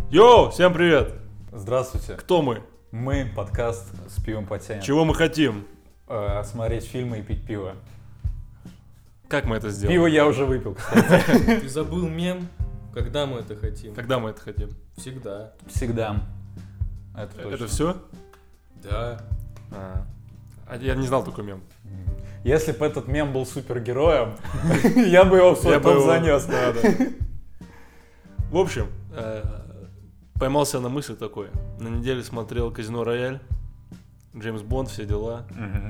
Йоу, всем привет! Здравствуйте. Кто мы? Мы подкаст с пивом потянем. Чего мы хотим? Смотреть фильмы и пить пиво. Как мы это сделаем? Пиво я уже выпил, кстати. Ты забыл мем? Когда мы это хотим? Когда мы это хотим? Всегда. Всегда. Это точно. Это все? Да. Я не знал такой мем. Если бы этот мем был супергероем, я бы его в свой топ занес. Да. В общем, поймался на мысли такой. На неделе смотрел «Казино Рояль», Джеймс Бонд, все дела.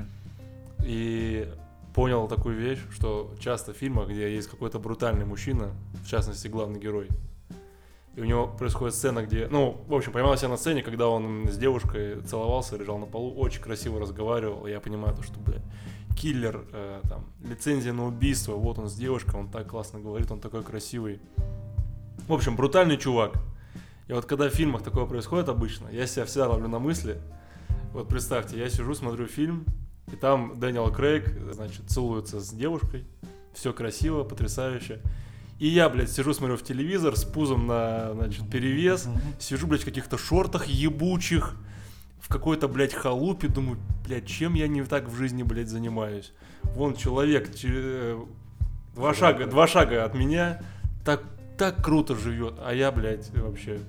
И понял такую вещь, что часто в фильмах, где есть какой-то брутальный мужчина, в частности главный герой, и у него происходит сцена, где... в общем, поймался на сцене, когда он с девушкой целовался, лежал на полу, очень красиво разговаривал. И я понимаю, что, киллер, лицензия на убийство, вот он с девушкой, он так классно говорит, он такой красивый. В общем, брутальный чувак. И вот когда в фильмах такое происходит обычно, я себя всегда ловлю на мысли. Вот представьте, я сижу, смотрю фильм, и там Дэниел Крейг, целуется с девушкой, все красиво, потрясающе. И я, сижу, смотрю в телевизор с пузом на, перевес, сижу, в каких-то шортах ебучих, в какой-то, халупе, думаю, чем я не так в жизни, занимаюсь. Вон человек, два шага от меня, так круто живет, а я, вообще...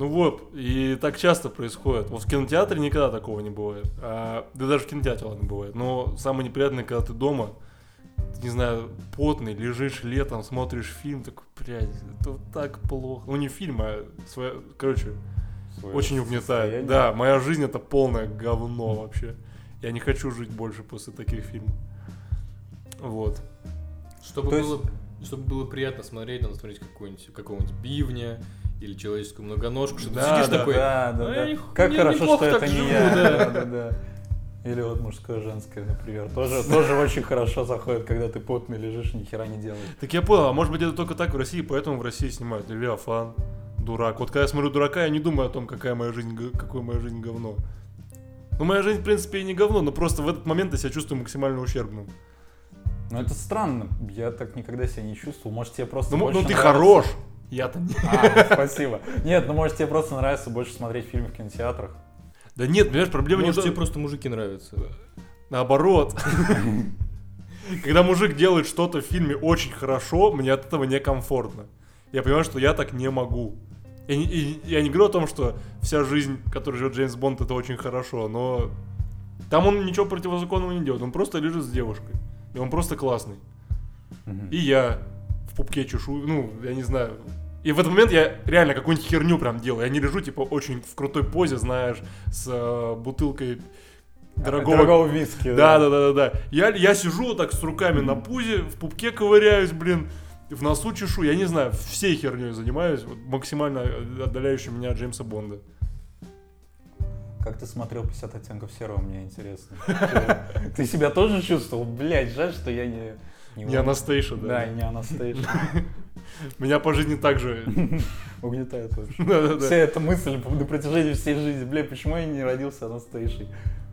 и так часто происходит. Вот в кинотеатре никогда такого не бывает. Да даже в кинотеатре, ладно, бывает. Но самое неприятное, когда ты дома, не знаю, потный, лежишь летом, смотришь фильм, такой, это так плохо. Не фильм, а свое очень угнетает. Да, моя жизнь это полное говно вообще. Я не хочу жить больше после таких фильмов. Вот. Чтобы было приятно смотреть, надо смотреть какого-нибудь Бивня или Человеческую многоножку, что ты сидишь такой... Да. Как хорошо, что это не я. Да. Или вот мужское, женское, например. Тоже очень хорошо заходит, когда ты потный лежишь, ни хера не делаешь. Так я понял, а может быть это только так в России, поэтому в России снимают Левиафан, Дурак. Вот когда я смотрю Дурака, я не думаю о том, какая моя жизнь говно. Моя жизнь, в принципе, и не говно, но просто в этот момент я себя чувствую максимально ущербным. Это странно, я так никогда себя не чувствовал. Может, тебе просто больше ты нравится... хорош! Я-то не... Спасибо. Нет, может, тебе просто нравится больше смотреть фильмы в кинотеатрах? Да нет, понимаешь, проблема не в том... тебе просто мужики нравятся. Наоборот. Когда мужик делает что-то в фильме очень хорошо, мне от этого некомфортно. Я понимаю, что я так не могу. Я не говорю о том, что вся жизнь, которой живет Джеймс Бонд, это очень хорошо, но там он ничего противозаконного не делает. Он просто лежит с девушкой. И он просто классный. И я в пупке чешу, я не знаю. И в этот момент я реально какую-нибудь херню прям делаю. Я не лежу, очень в крутой позе, знаешь, с бутылкой дорогого виски. Да. Я сижу вот так с руками на пузе, в пупке ковыряюсь, в носу чешу. Я не знаю, всей херней занимаюсь, максимально отдаляющей меня от Джеймса Бонда. Как ты смотрел 50 оттенков серого, мне интересно. Ты себя тоже чувствовал? Жаль, что я не... Не Анастейша, да? Да, не Анастейша. Меня по жизни так же... Угнетает вообще. Да. Вся эта мысль на протяжении всей жизни. Почему я не родился Анастейшей?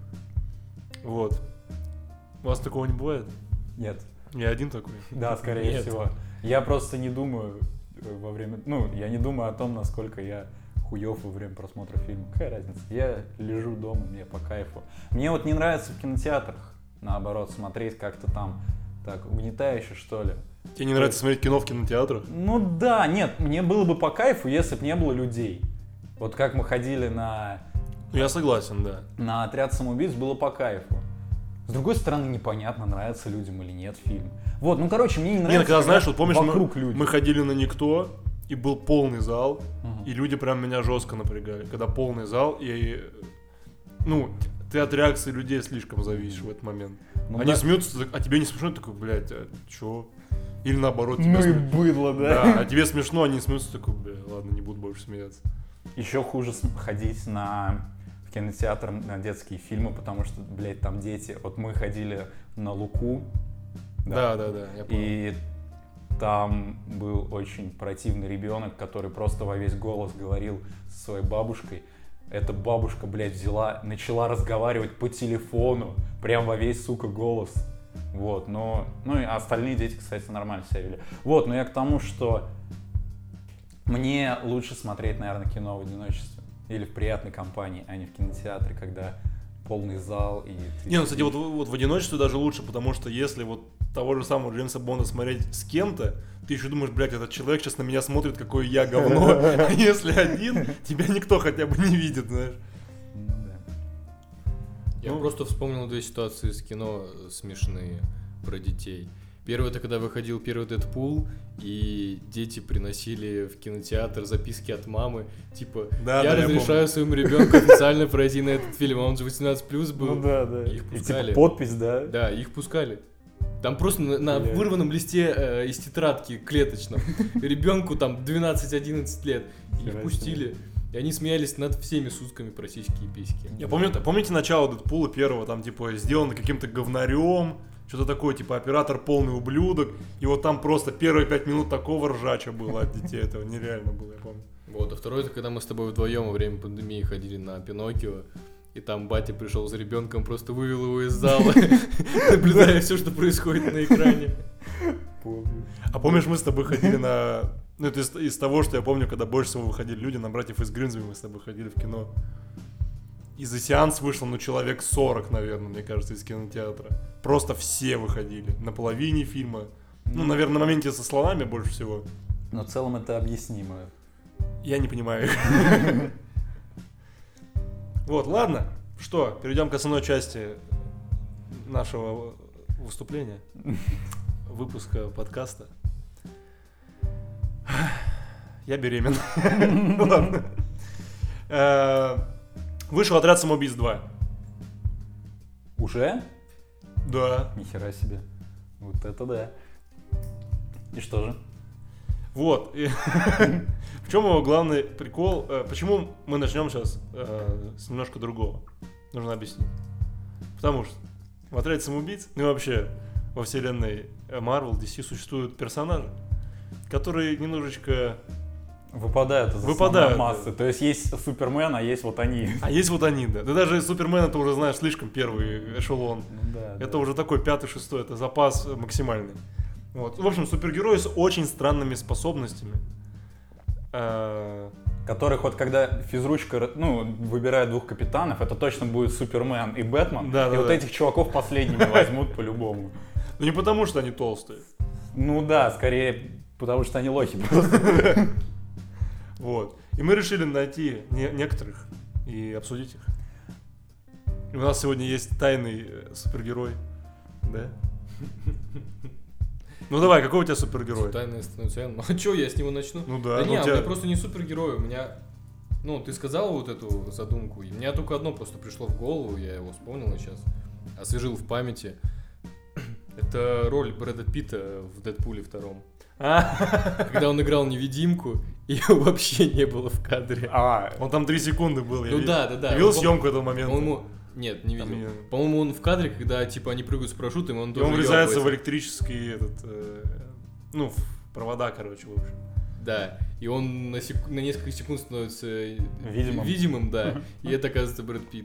Вот. У вас такого не бывает? Нет. Я один такой? Да, скорее всего. Я просто не думаю во время... я не думаю о том, насколько я хуёв во время просмотра фильма. Какая разница? Я лежу дома, мне по кайфу. Мне не нравится в кинотеатрах, наоборот, смотреть как-то там так угнетающе, что ли. Тебе не нравится смотреть кино в кинотеатрах? Да, нет, мне было бы по кайфу, если бы не было людей. Вот как мы ходили на... Я согласен, да. На «Отряд самоубийц» было по кайфу. С другой стороны, непонятно, нравится людям или нет фильм. Мне не нравится, когда знаешь, помнишь, вокруг люди. Мы ходили на «Никто», и был полный зал, и люди прям меня жестко напрягали. Когда полный зал, и... ты от реакции людей слишком зависишь в этот момент. Они смеются, а тебе не смешно, такой, а чё? Или наоборот, тебе и быдло, да? Да, а тебе смешно, они смеются, такой, ладно, не буду больше смеяться. Еще хуже ходить в кинотеатр на детские фильмы, потому что, там дети. Вот мы ходили на «Луку». Да, я понял. И там был очень противный ребенок, который просто во весь голос говорил со своей бабушкой. Эта бабушка, начала разговаривать по телефону, прям во весь, голос. И остальные дети, кстати, нормально себя вели. Но я к тому, что Мне лучше смотреть, наверное, кино в одиночестве. Или в приятной компании, а не в кинотеатре, когда полный зал и... Не, ну, кстати, вот в одиночестве даже лучше, потому что если вот того же самого Джеймса Бонда смотреть с кем-то, ты еще думаешь, блядь, этот человек сейчас на меня смотрит, какое я говно. А если один, тебя никто хотя бы не видит, знаешь. Я просто вспомнил 2 ситуации из кино смешные про детей. Первый — это когда выходил первый Дэдпул, и дети приносили в кинотеатр записки от мамы, типа, я разрешаю своему ребенку официально пройти на этот фильм, а он же 18+ был. Ну да. Их пускали. И типа подпись, да? Да, их пускали. Там просто на вырванном листе из тетрадки клеточном ребенку там 12-11 лет. Их пустили. И они смеялись над всеми сутками про сиськи и письки. Я помню, помните начало Дэдпула первого, там типа сделано каким-то говнарем, что-то такое, типа оператор полный ублюдок, и вот там просто первые 5 минут такого ржача было от детей, этого нереально было, я помню. Вот, а второй — это когда мы с тобой вдвоем во время пандемии ходили на Пиноккио, и там батя пришел за ребенком, просто вывел его из зала, наблюдая все, что происходит на экране. Помню. А помнишь, мы с тобой ходили на... Ну, это из того, что я помню, когда больше всего выходили люди, на «Братьев из Гринсби» мы с тобой ходили в кино. И за сеанс вышло, человек 40, наверное, мне кажется, из кинотеатра. Просто все выходили. На половине фильма. Ну, наверное, на моменте со словами больше всего. Но в целом это объяснимо. Я не понимаю их. Вот, ладно. Что, перейдем к основной части нашего выступления. Выпуска подкаста. Я беременна. Ладно. Вышел «Отряд самоубийц 2». Уже? Да. Нихера себе. Вот это да. И что же? Вот. В чем его главный прикол? Почему мы начнем сейчас с немножко другого? Нужно объяснить. Потому что в «Отряде самоубийц», ну и вообще во вселенной Marvel, DC существуют персонажи, которые немножечко... Выпадают из основной массы. Да. То есть есть Супермен, а есть вот они. А есть вот они, да. Ты даже Супермена ты уже знаешь слишком первый эшелон. Ну, да, это уже такой 5-й, 6-й, это запас максимальный. Вот. В общем, супергерои с очень странными способностями. Которых вот когда физручка выбирает 2 капитанов, это точно будет Супермен и Бэтмен. Да, и вот этих чуваков последними возьмут по-любому. Ну не потому, что они толстые. Ну да, скорее потому, что они лохи просто. Вот. И мы решили найти некоторых и обсудить их. И у нас сегодня есть тайный супергерой. Да? Ну давай, какой у тебя супергерой? Тайный становится. Ну а чё, я с него начну? Ну да. Да не, у меня просто не супергерой, у меня... Ну, ты сказал вот эту задумку, и мне только одно просто пришло в голову, я его вспомнил сейчас, освежил в памяти. Это роль Брэда Питта в «Дэдпуле 2». Когда он играл невидимку, его вообще не было в кадре. Он там 3 секунды был. Ну да. Видел съемку этого момента? По-моему, нет, не видел. По-моему, он в кадре, когда типа они прыгают с парашютом, и он тоже врезается в электрический в провода, короче, в общем. Да, и он на несколько секунд становится видимым, да. И это, оказывается, Брэд Питт.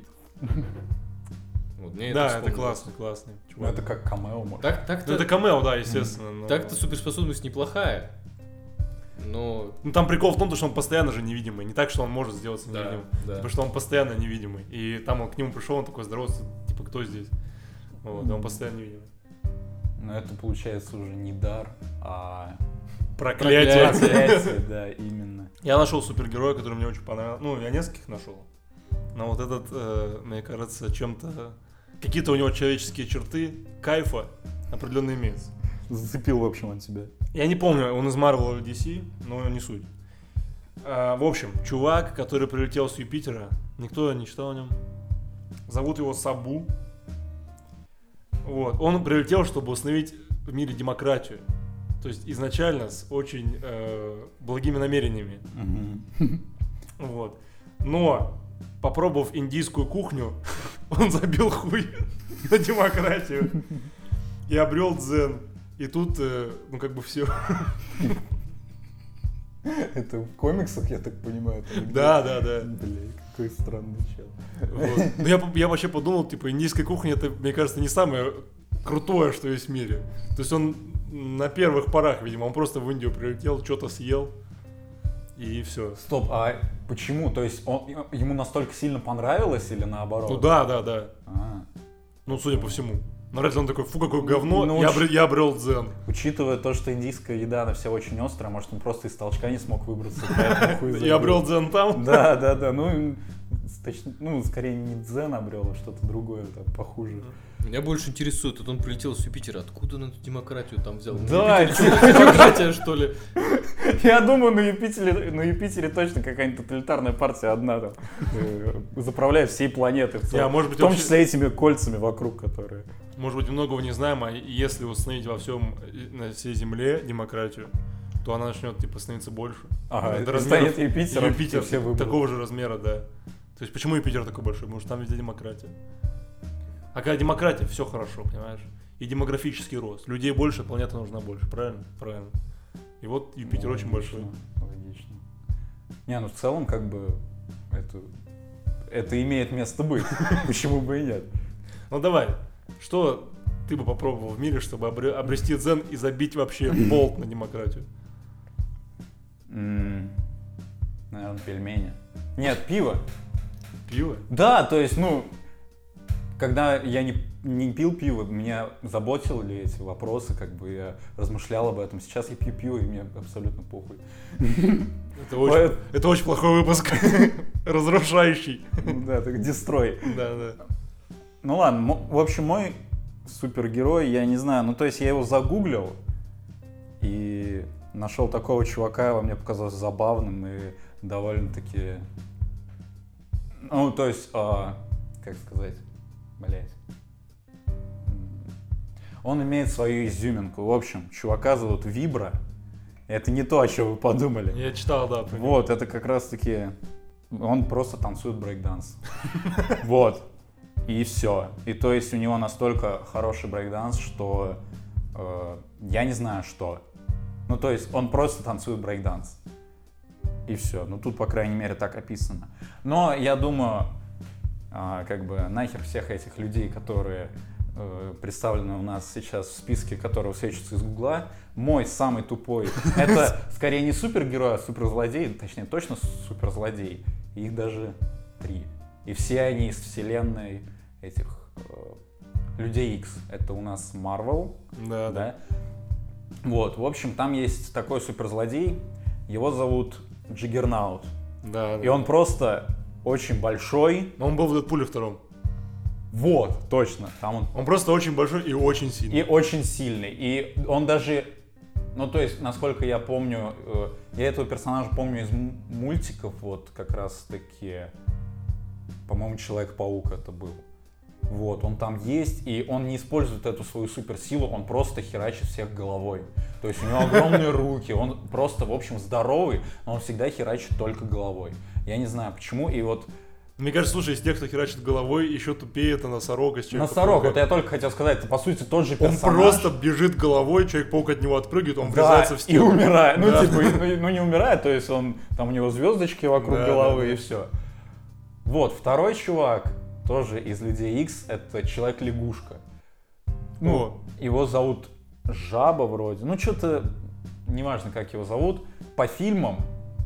Да, это классный. Ну, это как камео, может. Это камео, да, естественно. Так-то суперспособность неплохая. Но... Ну там прикол в том, что он постоянно же невидимый. Не так, что он может сделаться невидимым. Да. Потому что он постоянно невидимый. И там он к нему пришел, он такой здоровается, типа, кто здесь? Вот, и он постоянно невидимый. Но это получается уже не дар, а... Проклятие. Да, именно. Я нашел супергероя, который мне очень понравился. Ну, я нескольких нашел. Но вот этот, мне кажется, чем-то... Какие-то у него человеческие черты, кайфа определенно имеются. Зацепил, в общем, он тебя. Я не помню, он из Marvel или DC, но не суть. В общем, чувак, который прилетел с Юпитера, никто не читал о нем. Зовут его Сабу. Вот. Он прилетел, чтобы установить в мире демократию. То есть изначально с очень благими намерениями. Вот. Но, попробовав индийскую кухню, он забил хуй на демократию и обрел дзен. И тут, все. Это в комиксах, я так понимаю? Да. Блин, какой странный чел. Вот. Ну, я вообще подумал, типа, индийская кухня, это, мне кажется, не самое крутое, что есть в мире. То есть он на первых порах, видимо, он просто в Индию прилетел, что-то съел. и все. Стоп, а почему? То есть ему настолько сильно понравилось или наоборот? Ну да. А. Ну, судя по всему. Народ он такой, фу, какое говно, Ну, я обрел дзен. Учитывая то, что индийская еда, она вся очень острая, может, он просто из толчка не смог выбраться. поэтому хуй Я забил. обрел дзен там? Да. Ну, скорее не дзен обрел, а что-то другое, там, похуже. Меня больше интересует, вот он прилетел с Юпитера, откуда он эту демократию там взял? Да, Демократия, что ли? Я думаю, на Юпитере точно какая-нибудь тоталитарная партия одна там заправляет всей планетой. Может быть, в том вообще- числе этими кольцами вокруг, которые... Может быть, многого не знаем, а если установить во всем, на всей Земле демократию, то она начнет, типа, становиться больше. Ага, До и размеров- станет Юпитером, Юпитер и все выберут. такого же размера, да. То есть, почему Юпитер такой большой? Может, там везде демократия. А когда демократия, все хорошо, понимаешь? И демографический рост. Людей больше, планета нужна больше, правильно? Правильно. И вот Юпитер очень большой. Логично. Не, ну в целом, как бы, это имеет место быть. Почему бы и нет? Ну давай, что ты бы попробовал в мире, чтобы обрести дзен и забить вообще болт на демократию? Наверное, пельмени. Нет, пиво. Пиво? Да, то есть, ну, когда я не пил пиво, меня заботили эти вопросы, как бы я размышлял об этом. Сейчас я пью пиво, и мне абсолютно похуй. Это очень плохой выпуск. Разрушающий. Да, так дестрой. Да. Ну ладно, в общем, мой супергерой, я не знаю, ну то есть я его загуглил и нашел такого чувака, его мне показалось забавным и довольно-таки, ну то есть, как сказать, блять, он имеет свою изюминку. В общем, чувака зовут Вибра. Это не то, о чем вы подумали. Я читал, да. Вот, это как раз-таки, он просто танцует брейк-данс. Вот. И все. И то есть у него настолько хороший брейк-данс, что я не знаю что. Ну то есть он просто танцует брейк-данс. И все. Ну тут, по крайней мере, так описано. Но я думаю, как бы нахер всех этих людей, которые представлены у нас сейчас в списке, которые высвечиваются из Гугла. Мой самый тупой, это скорее не супергерой, а суперзлодей, точнее точно суперзлодей. Их даже 3. И все они из вселенной этих Людей Икс. Это у нас Marvel. Да. Вот, в общем, там есть такой суперзлодей, его зовут Джиггернаут. Да. И он просто очень большой. Но он был в Дэдпуле 2. Вот, точно. Там Он просто очень большой и очень сильный. И очень сильный. И он даже, ну то есть, насколько я помню, я этого персонажа помню из мультиков, вот как раз таки, по-моему, Человек-паук это был. Вот, он там есть, и он не использует эту свою суперсилу, он просто херачит всех головой. То есть у него огромные руки, он просто, в общем, здоровый, но он всегда херачит только головой. Я не знаю почему, и вот... Мне кажется, слушай, из тех, кто херачит головой, еще тупее это Носорог из Человека-паука. Носорог, вот я только хотел сказать, это по сути тот же персонаж. Он просто бежит головой, Человек-паук от него отпрыгивает, он врезается в и стену. умирает. Да. Ну, типа, ну не умирает, то есть он, там у него звездочки вокруг головы и все. Вот, второй чувак, тоже из Людей Икс, это Человек-лягушка. Ну, его зовут Жаба вроде, ну что-то, неважно как его зовут. По фильмам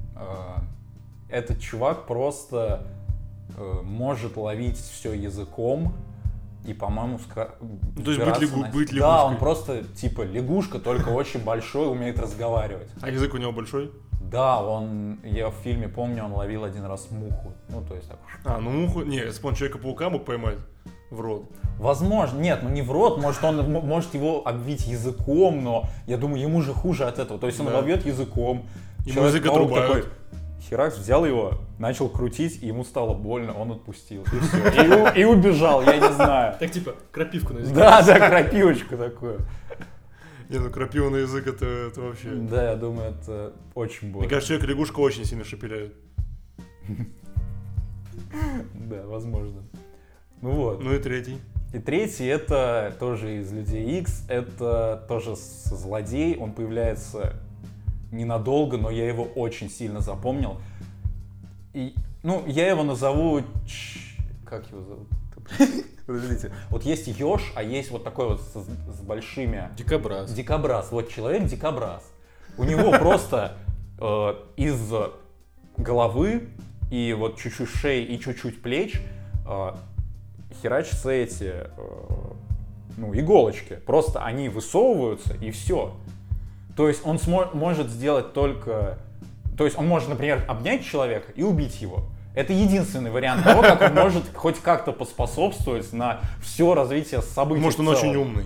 этот чувак просто может ловить все языком и, по-моему, то есть быть лягушкой. Да, он просто типа лягушка, только очень большой, умеет разговаривать. А язык у него большой? Да, я в фильме помню, он ловил один раз муху. Ну, то есть так. Ну муху, не, если бы он Человека-паука мог поймать в рот. Возможно, нет, ну не в рот, может он может его обвить языком, но я думаю, ему же хуже от этого. То есть он ловит языком, ему язык отрубают. Такой, херакс взял его, начал крутить, и ему стало больно, он отпустил. И все. И убежал, я не знаю. Так типа крапивку на языке. Да, крапивочку такую. Не, ну крапива на язык это вообще... Да, я думаю, это очень больно. Мне кажется, Человек-лягушка очень сильно шепеляет. Да, возможно. Ну вот. Ну и третий. И третий, это тоже из Людей Икс, это тоже злодей, он появляется ненадолго, но я его очень сильно запомнил. И, ну, я его назову... Как его зовут? Подождите. Вот есть еж, а есть вот такой вот с большими... Дикобраз. Дикобраз. Вот человек-дикобраз. У него просто из головы и вот чуть-чуть шеи и чуть-чуть плеч херачатся эти, иголочки. Просто они высовываются и все. То есть он может сделать только... То есть он может, например, обнять человека и убить его. Это единственный вариант того, как он может хоть как-то поспособствовать на все развитие событий. Может, он очень умный.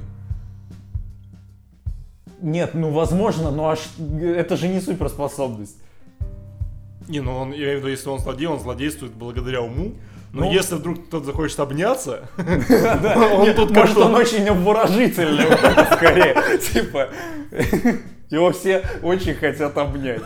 Нет, возможно, но это же не суперспособность. Не, я имею в виду, если он злодействует благодаря уму. Но если вдруг кто-то захочет обняться, он тут может, он очень обворожительный, скорее. Типа, его все очень хотят обнять.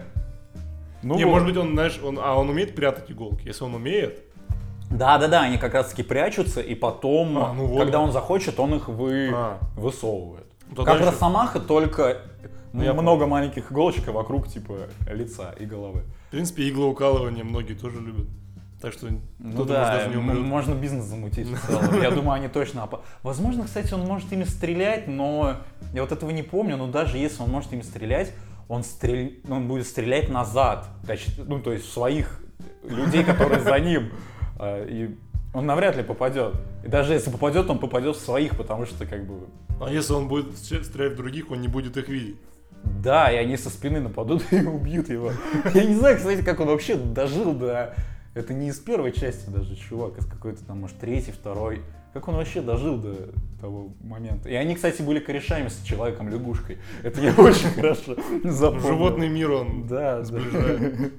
Может быть, он умеет прятать иголки. Если он умеет... Да, они как раз таки прячутся, и потом, когда он захочет, он их высовывает. Как Росомаха, только много маленьких иголочек вокруг, типа, лица и головы. В принципе, иглоукалывание многие тоже любят. Так что даже не умрет. Можно бизнес замутить в целом. Я думаю, они точно... Возможно, кстати, он может ими стрелять, но я вот этого не помню, но даже если он может ими стрелять, он будет стрелять назад, то есть в своих людей, которые за ним. И он навряд ли попадет. И даже если попадет, он попадет в своих, потому что как бы... А если он будет стрелять в других, он не будет их видеть. Да, и они со спины нападут и убьют его. Я не знаю, кстати, как он вообще дожил до... Это не из первой части даже, чувак, из какой-то там, может, третьей, второй. Как он вообще дожил до того момента? И они, кстати, были корешами с Человеком-лягушкой. Это я очень хорошо запомнил. Животный мир он сближает. Да.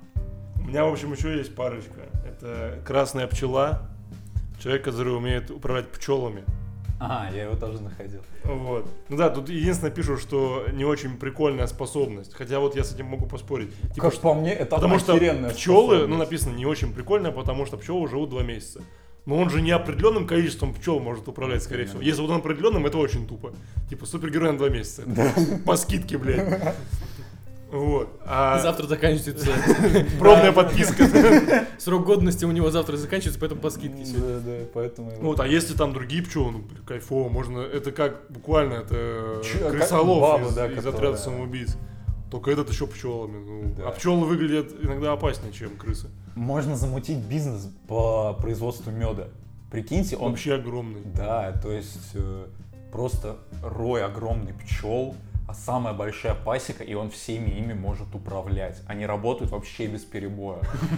У меня, в общем, еще есть парочка. Это красная пчела. Человек, который умеет управлять пчелами. Ага, я его тоже находил. Вот. Тут единственное пишу, что не очень прикольная способность. Хотя вот я с этим могу поспорить. Как по мне, это потому что охеренная пчелы, написано не очень прикольная, потому что пчелы живут 2 месяца. Но он же не определенным количеством пчел может управлять, скорее всего. Если вот он определенным, это очень тупо. Типа супергерой на 2 месяца. По скидке, блядь. Вот. Завтра заканчивается пробная подписка. Срок годности у него завтра заканчивается, поэтому по скидке сегодня. Да, поэтому... Вот, а если там другие пчелы, кайфово, можно... Это как буквально, это крысолов из отряда самоубийц. Только этот еще пчелами. А пчелы выглядят иногда опаснее, чем крысы. Можно замутить бизнес по производству меда. Прикиньте, он... Вообще огромный. Да, то есть просто рой огромный пчел, а самая большая пасека, и он всеми ими может управлять. Они работают вообще без перебоя.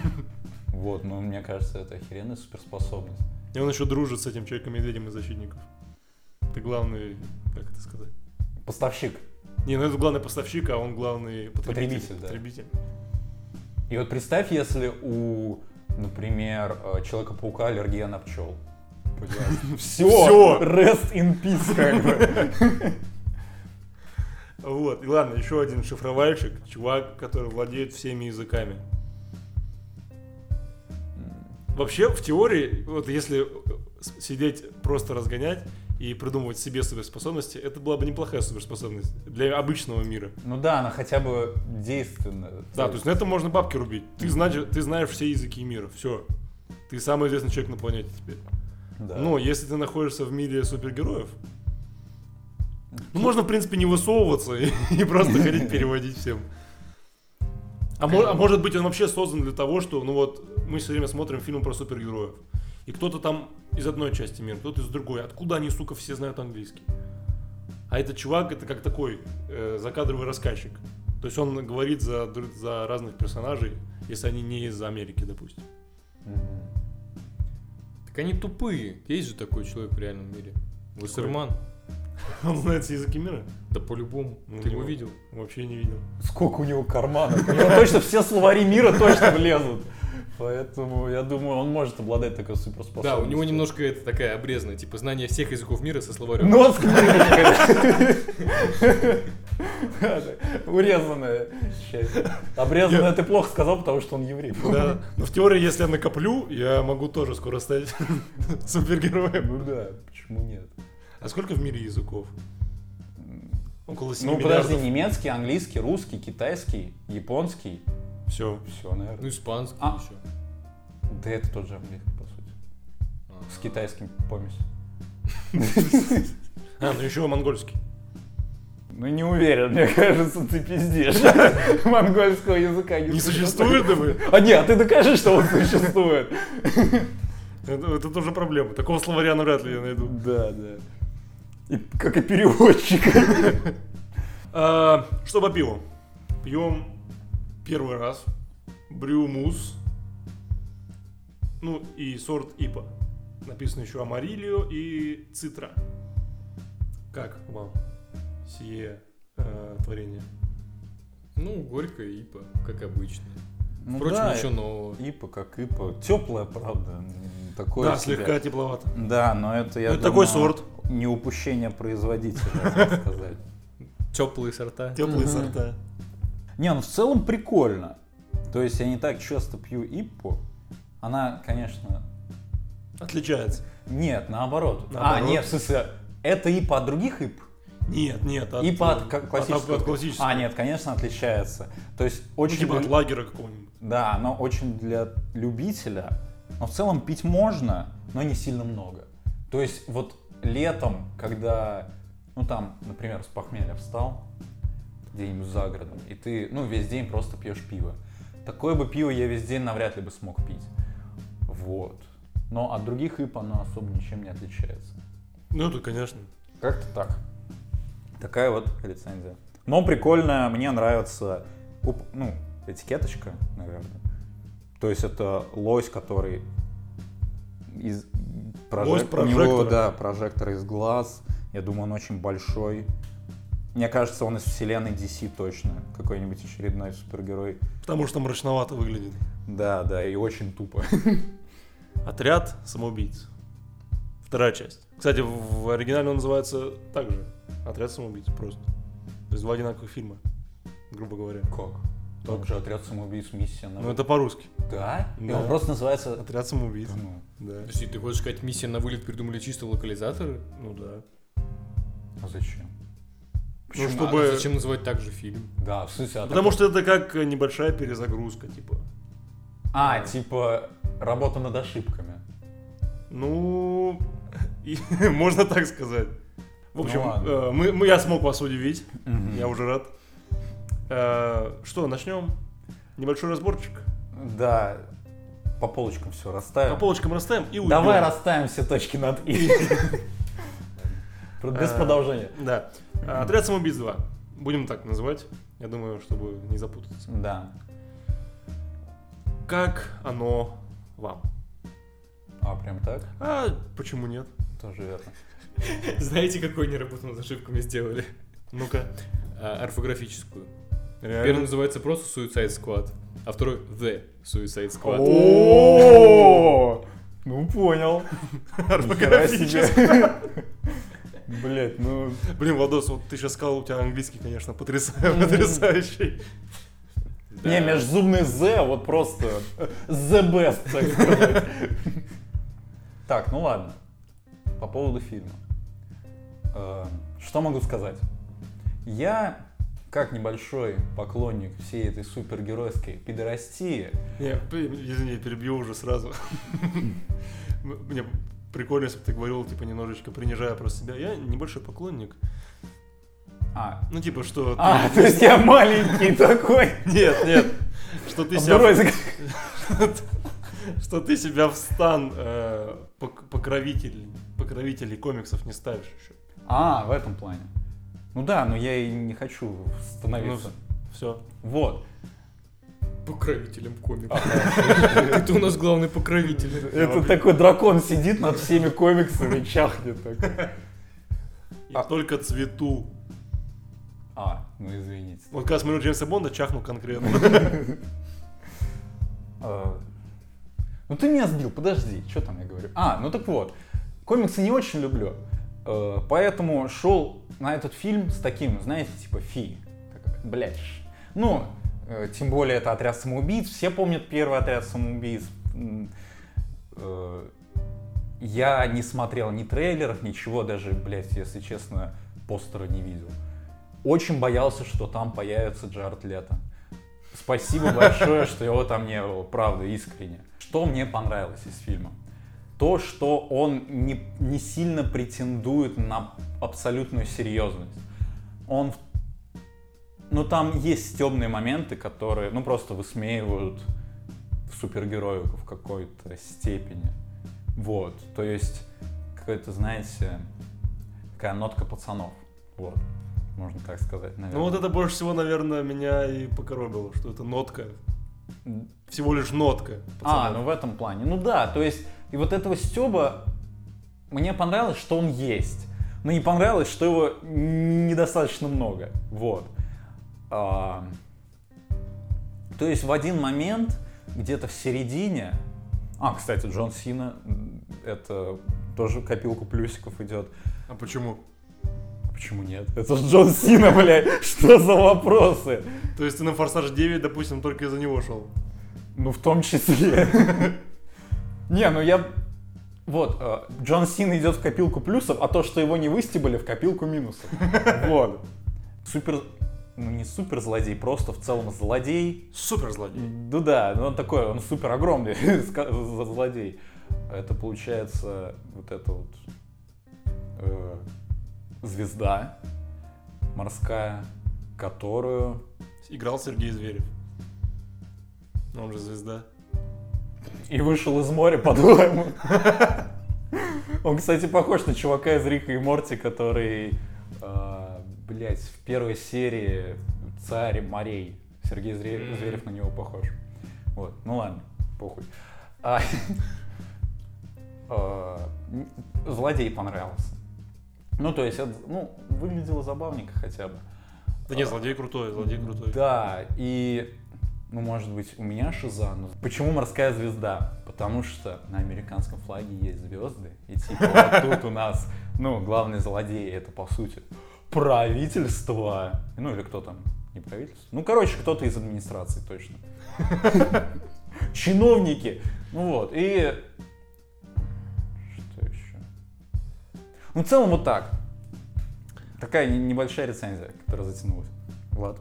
Вот, мне кажется, это охеренная суперспособность. И он еще дружит с этим Человеком-медведем из «Защитников». Это главный, как это сказать? Поставщик. Не, это главный поставщик, а он главный потребитель. Да. Потребитель. И вот представь, если у, например, Человека-паука аллергия на пчел. Все! Rest in peace, как бы. Вот, и ладно, еще один шифровальщик, чувак, который владеет всеми языками. Вообще, в теории, вот если сидеть, просто разгонять и придумывать себе суперспособности, это была бы неплохая суперспособность для обычного мира. Ну да, она хотя бы действенная. Да, то есть на этом можно бабки рубить. Ты знаешь все языки мира, все. Ты самый известный человек на планете теперь. Да. Но если ты находишься в мире супергероев, можно, в принципе, не высовываться и просто ходить переводить всем. А может быть, он вообще создан для того, что, мы все время смотрим фильмы про супергероев. И кто-то там из одной части мира, кто-то из другой. Откуда они, сука, все знают английский? А этот чувак, это как такой закадровый рассказчик. То есть он говорит за разных персонажей, если они не из Америки, допустим. Так они тупые. Есть же такой человек в реальном мире. Вассерман. Он знает все языки мира? Да по-любому. Ты его видел? Вообще не видел. Сколько у него карманов? У него точно все словари мира точно влезут. Поэтому я думаю, он может обладать такой суперспособностью. Да, у него немножко это такая обрезанная, типа знание всех языков мира со словарем. Урезанная часть. Обрезанная ты плохо сказал, потому что он еврей. Да, но в теории, если я накоплю, я могу тоже скоро стать супергероем. Ну да, почему нет? А сколько в мире языков? Около 7 миллиардов. Подожди, немецкий, английский, русский, китайский, японский. Все, наверное. Ну, испанский еще. Да это тот же английский, по сути. С китайским помесь. Ну еще монгольский. Ну, не уверен, мне кажется, ты пиздишь. Монгольского языка Не существует, думаю? А нет, ты докажи, что он существует. Это тоже проблема. Такого словаря навряд ли я найду. Да. Как и переводчика. Что по пиву? Пьем первый раз. Брю-мус. Ну и сорт ипа. Написано еще Амарильо и Цитра. Как вам сие творение? Ну, горькая ипа, как обычно. Ну, Впрочем, да, ничего нового. ипа как ипа. Теплая, правда. Такое Да, себе. слегка тепловато. Да, но это, я Это думаю, такой сорт. не упущение производителя, так сказать. Теплые сорта. Теплые сорта. Не, ну в целом прикольно. То есть я не так часто пью иппу. Она, конечно... Отличается. Нет, наоборот. Наоборот? Нет, в смысле, это ипа от других ип? Нет. Ипа от классического. От классического. Нет, конечно, отличается. То есть Ну, очень... типа от лагера какого-нибудь. Да, но очень для любителя. Но в целом пить можно, но не сильно много. То есть вот летом, когда, ну там, например, с похмелья встал, где-нибудь за городом, и ты, ну, весь день просто пьешь пиво. Такое бы пиво я весь день навряд ли бы смог пить. Вот. Но от других ип оно особо ничем не отличается. Ну, это, конечно. Как-то так. Такая вот рецензия. Но прикольно, мне нравится, ну, этикеточка, наверное. То есть это лось, который из Лось у него, прожектора. да, прожектор из глаз. Я думаю, он очень большой. Мне кажется, он из вселенной DC точно. Какой-нибудь очередной супергерой. Потому что мрачновато выглядит. Да, и очень тупо. Отряд самоубийц. Вторая часть. Кстати, в оригинале он называется также Отряд самоубийц просто. То есть два одинаковых фильма, грубо говоря. Как? Так же отряд самоубийц, миссия на... Ну это по-русски. Да? И Да. он просто называется... Отряд самоубийц. Ну, Да. Подожди, ты хочешь сказать, миссия на вылет придумали чисто локализаторы? Ну да. а зачем? Ну, А чтобы... зачем называть так же фильм? Да, в смысле... Потому что это как небольшая перезагрузка, типа. типа, работа над ошибками. Ну, можно так сказать. В общем, ладно. я смог вас удивить. Мгм. Я уже рад. Что, начнем? Небольшой разборчик. Да, по полочкам все расставим. По полочкам расставим и уйдем. Давай расставим все точки над «и». Без продолжения. Да. Отряд самоубийц 2. Будем так называть. Я думаю, чтобы не запутаться. Да. Как оно вам? А, прям так? А почему нет? Тоже верно. Знаете, какую они работу над ошибками сделали? Ну-ка. Орфографическую. Реально? Первый называется просто Suicide Squad, а второй The Suicide Squad. О, ну понял. Орфографически. Блять, ну... Блин, Владос, вот ты сейчас сказал, у тебя английский, конечно, потрясающий. Не, межзубный «з» вот просто the best, так сказать. Так, ну ладно. По поводу фильма. Что могу сказать? Я, как небольшой поклонник всей этой супергеройской пидорастии... Не, извини, перебью уже сразу. Мне прикольно, если бы ты говорил, типа, немножечко принижая просто себя. Я небольшой поклонник. Ну, типа, что... то есть я маленький такой. Нет. Что ты себя... Что ты себя в стан покровителей комиксов не ставишь еще. В этом плане. Ну да, но я и не хочу становиться. Все. Вот. Покровителем комиксов. Это у нас главный покровитель. Это такой дракон сидит над всеми комиксами и чахнет так. Я только цвету. Ну извините. Вот когда смотрю Джеймса Бонда, чахну конкретно. Ну ты меня сбил, подожди, что там я говорю? Ну так вот, комиксы не очень люблю, поэтому шел на этот фильм с таким, знаете, типа блядь. Ну, тем более это «Отряд самоубийц», все помнят первый «Отряд самоубийц». Я не смотрел ни трейлеров, ничего, даже, блядь, если честно, постера не видел. Очень боялся, что там появится Джаред Лето. Спасибо большое, что его там не было, правда, искренне. Что мне понравилось из фильма? То, что он не сильно претендует на абсолютную серьезность. Он Ну, там есть стёбные моменты, которые, ну, просто высмеивают супергероев в какой-то степени. Вот. То есть, какая-то, знаете, такая нотка пацанов. Вот. Можно так сказать, наверное. Ну вот это больше всего, наверное, меня и покоробило, что это нотка. Всего лишь нотка. Ну в этом плане. Ну да, то есть, и вот этого стёба мне понравилось, что он есть. Но не понравилось, что его недостаточно много. Вот. То есть в один момент, где-то в середине... кстати, Джон Сина, это тоже копилку плюсиков идет. А почему? Почему нет? Это же Джон Сина, блядь, что за вопросы? То есть ты на «Форсаж 9», допустим, только из-за него шел? Ну, в том числе. Не, ну я... Вот, Джон Сина идет в копилку плюсов, а то, что его не выстебали, в копилку минусов. Вот. Ну не супер злодей, просто в целом злодей. Супер злодей. Ну да, он такой, он супер огромный злодей. Это получается вот эта вот звезда морская, которую... Играл Сергей Зверев. Он же звезда. И вышел из моря, по-твоему. Он, кстати, похож на чувака из Рика и Морти, который, в первой серии «Царь морей». Сергей Зверев на него похож. Вот, ну ладно, похуй. Злодей понравился. Ну, то есть, выглядело забавненько хотя бы. Да нет, злодей крутой. Да, и... Ну, может быть, у меня шиза, но почему морская звезда? Потому что на американском флаге есть звезды, и типа вот тут у нас, главный злодей, это по сути правительство. Ну, или кто там, не правительство? Ну, короче, кто-то из администрации, точно. Чиновники. Ну вот, и... Что еще? Ну, в целом вот так. Такая небольшая рецензия, которая затянулась. Влад?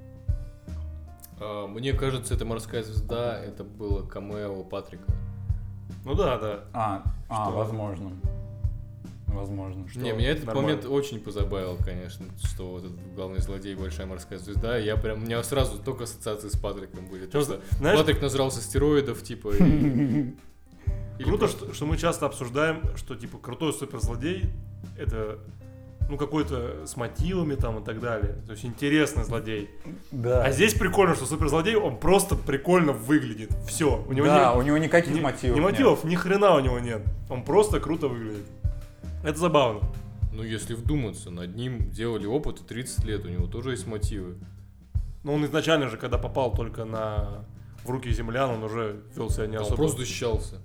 Мне кажется, эта «Морская звезда» это было камео Патрика. Ну да. Возможно. Что Не, меня этот нормально. момент очень позабавил, конечно, что вот этот главный злодей большая морская звезда. У меня сразу только ассоциации с Патриком были. Просто, знаешь, Патрик нажрался стероидов, типа. Или круто, что мы часто обсуждаем, что типа крутой суперзлодей это какой-то с мотивами там и так далее. То есть интересный злодей. Да. А здесь прикольно, что суперзлодей, он просто прикольно выглядит. Все. У него никаких мотивов нет. Ни мотивов, ни хрена у него нет. Он просто круто выглядит. Это забавно. Ну, если вдуматься, над ним делали опыты 30 лет, у него тоже есть мотивы. Но он изначально же, когда попал только в руки землян, он уже вел себя не особо. Он просто защищался.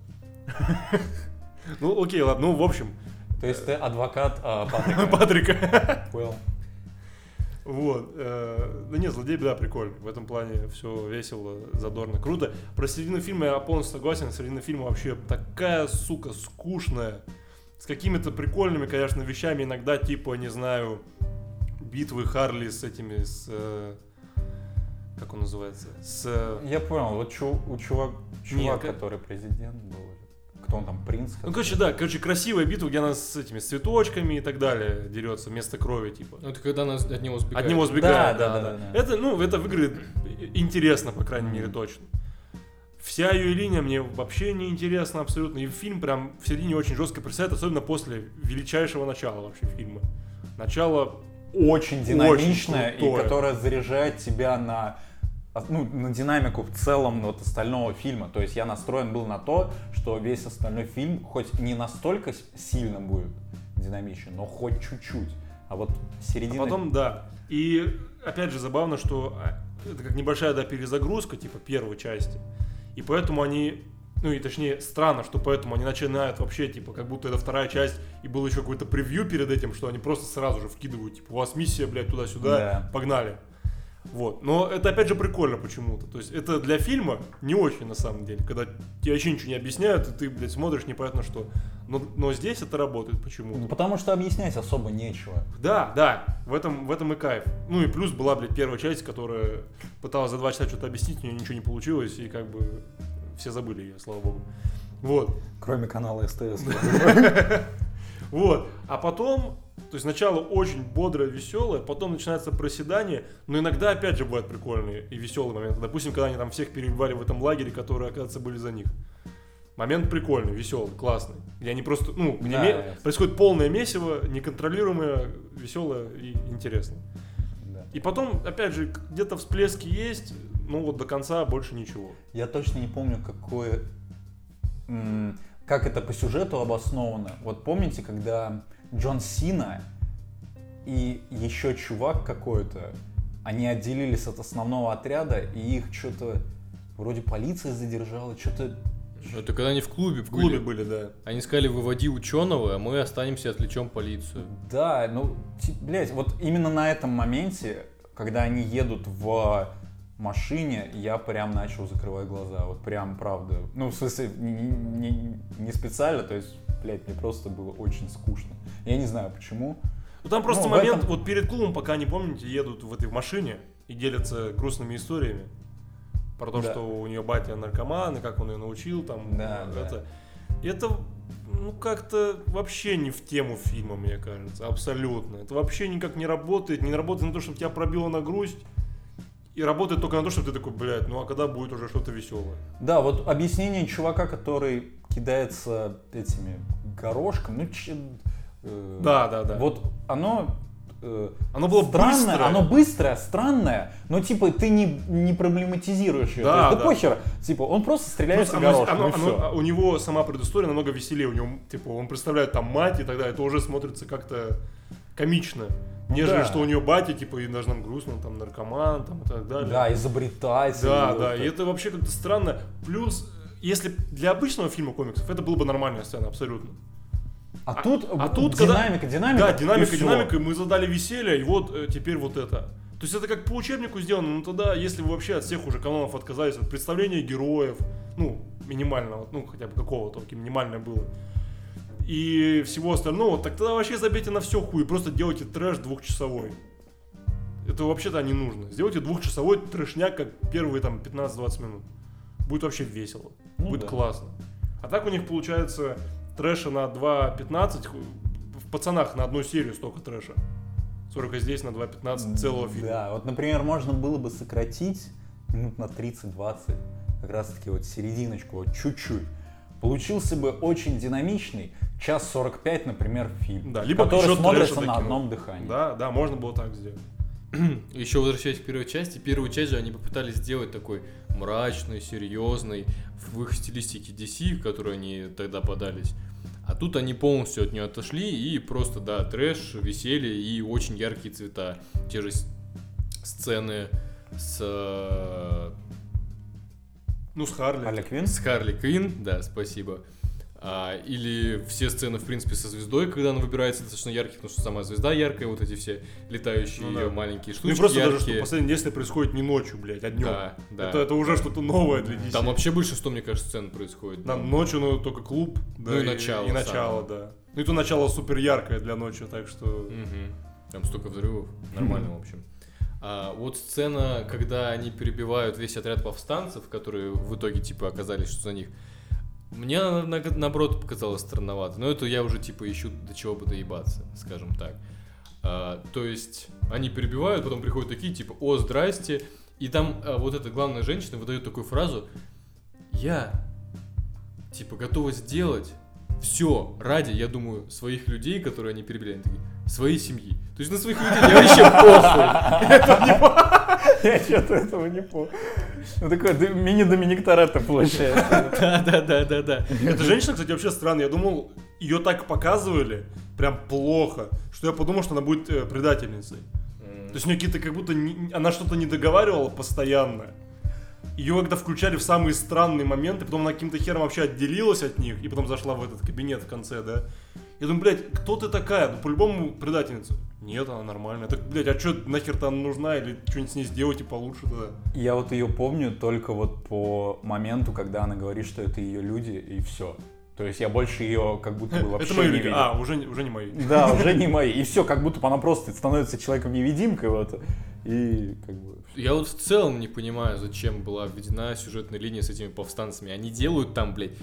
Ну, окей, ладно, в общем. То есть ты адвокат Патрика? Патрика. Well. Вот. Да нет, злодей, да, прикольный. В этом плане все весело, задорно, круто. Про середину фильма я полностью согласен. Середина фильма вообще такая, сука, скучная. С какими-то прикольными, конечно, вещами иногда, типа, не знаю, битвы Харли с этими, как он называется? Я понял, вот чувак, который президент был. Кто он там, принц? Красивая битва, где она с цветочками и так далее дерется вместо крови, типа. Ну, это когда она от него сбегает. От него сбегает, да. Это выглядит интересно, по крайней мере, точно. Вся ее линия мне вообще не интересна абсолютно. И фильм прям в середине очень жестко представляет, особенно после величайшего начала вообще фильма. Начало очень динамичное, очень и которое заряжает тебя на динамику в целом от остального фильма. То есть я настроен был на то, что весь остальной фильм хоть не настолько сильно будет динамичен, но хоть чуть-чуть. А вот середина... А потом, да. И опять же забавно, что это как небольшая перезагрузка, типа первой части. И поэтому они... точнее, странно, что поэтому они начинают вообще, типа, как будто это вторая часть, и было еще какое-то превью перед этим, что они просто сразу же вкидывают, типа, у вас миссия, блядь, туда-сюда, погнали. Вот. Но это опять же прикольно почему-то. То есть это для фильма не очень на самом деле, когда тебе вообще ничего не объясняют, и ты, блядь, смотришь непонятно что. Но здесь это работает почему-то. Потому что объяснять особо нечего. Да, в этом и кайф. И плюс была, блядь, первая часть, которая пыталась за 2 часа что-то объяснить, у нее ничего не получилось, и как бы все забыли ее, слава богу. Вот. Кроме канала СТС. Вот. А потом То есть начало очень бодрое, веселое, потом начинается проседание, но иногда опять же бывают прикольные и веселые моменты. Допустим, когда они там всех перебивали в этом лагере, которые, оказывается, были за них. Момент прикольный, веселый, классный. Где они просто, где происходит полное месиво, неконтролируемое, веселое и интересное. Да. И потом, опять же, где-то всплески есть, до конца больше ничего. Я точно не помню, как это по сюжету обосновано. Вот помните, когда Джон Сина и еще чувак какой-то, они отделились от основного отряда, и их что-то вроде полиция задержала, что-то... Это когда они в клубе были, да. Они сказали, выводи ученого, а мы останемся и отвлечем полицию. Да, вот именно на этом моменте, когда они едут в машине, я прям начал закрывать глаза, вот прям правда. В смысле, не специально, то есть, мне просто было очень скучно. Я не знаю почему. Там просто момент, вот перед клубом, пока не помните, едут в этой машине и делятся грустными историями. Про то, что у нее батя наркоман, и как он ее научил, там, это. И это, как-то вообще не в тему фильма, мне кажется, абсолютно. Это вообще никак не работает на то, чтобы тебя пробило на грусть, и работает только на то, чтобы ты такой, а когда будет уже что-то веселое? Да, вот объяснение чувака, который кидается этими горошком, Да. Вот оно было странное, оно быстрое, странное, но ты не проблематизируешь ее. Да, да похер, он просто стреляется горошком, у него сама предыстория намного веселее, у него, он представляет там мать, и тогда это уже смотрится как-то комично, нежели что у нее батя, и даже нам грустно, там наркоман, там и так далее. Да, изобретатель. Да, и это вообще как-то странно. Плюс, если для обычного фильма комиксов, это была бы нормальная сцена, абсолютно. А тут динамика. Да, динамика, мы задали веселье, и вот теперь вот это. То есть это как по учебнику сделано, тогда, если вы вообще от всех уже канонов отказались, от представления героев, минимального, хотя бы какого-то, минимальное было, и всего остального, так тогда вообще забейте на все хуй, просто делайте трэш 2-часовой. Это вообще-то не нужно. Сделайте 2-часовой трэшняк, как первые 15-20 минут. Будет вообще весело, будет классно. А так у них получается... Трэша на 2.15, в «Пацанах» на одну серию столько трэша. Сколько здесь на 2.15 целого фильма. Да, вот, например, можно было бы сократить минут на 30-20, как раз таки серединочку, чуть-чуть. Получился бы очень динамичный, 1:45, например, фильм, да, либо который смотрится на одном дыхании. Да, можно было так сделать. Еще возвращаясь к первой части, первую часть же они попытались сделать такой мрачный, серьезный, в их стилистике DC, в которую они тогда подались. А тут они полностью от нее отошли и просто, трэш, веселье и очень яркие цвета. Те же сцены с Харли Квинн. С Харли Квинн, да, спасибо. Или все сцены, в принципе, со звездой, когда она выбирается достаточно ярких, потому что сама звезда яркая, вот эти все летающие маленькие штучки просто яркие. Даже, что последнее действие происходит не ночью, а днем. Да. Это уже что-то новое для DC. Там вообще большинство, мне кажется, сцен происходит. Ночью, только клуб, и начало. И начало, да. И то начало супер яркое для ночи, так что... Там столько взрывов, нормально, в общем. Вот сцена, когда они перебивают весь отряд повстанцев, которые в итоге, оказались, что за них... Мне, наоборот, показалось странновато. Но это я уже, ищу до чего бы доебаться, скажем так. То есть, они перебивают, потом приходят такие, о, здрасте. И там вот эта главная женщина выдает такую фразу: я, готова сделать все ради, я думаю, своих людей, которые они перебили. Они такие, своей семьи. То есть на своих людей я вообще похуй. Это не Я что-то этого не помню. Такой мини-Доминик Торетто получается. Да. Эта женщина, кстати, вообще странная. Я думал, ее так показывали, прям плохо, что я подумал, что она будет предательницей. То есть у нее какие-то, как будто она что-то не договаривала постоянно. Ее когда включали в самые странные моменты, потом она каким-то хером вообще отделилась от них, и потом зашла в этот кабинет в конце, да. Я думаю, кто ты такая? По-любому предательница. Нет, она нормальная. Так, а что нахер-то она нужна? Или что-нибудь с ней сделать и получше тогда? Я ее помню только по моменту, когда она говорит, что это ее люди, и все. То есть я больше ее как будто бы вообще не видел. Уже не мои. Да, уже не мои. И все, как будто бы она просто становится человеком-невидимкой, и как бы... Я в целом не понимаю, зачем была введена сюжетная линия с этими повстанцами. Они делают там,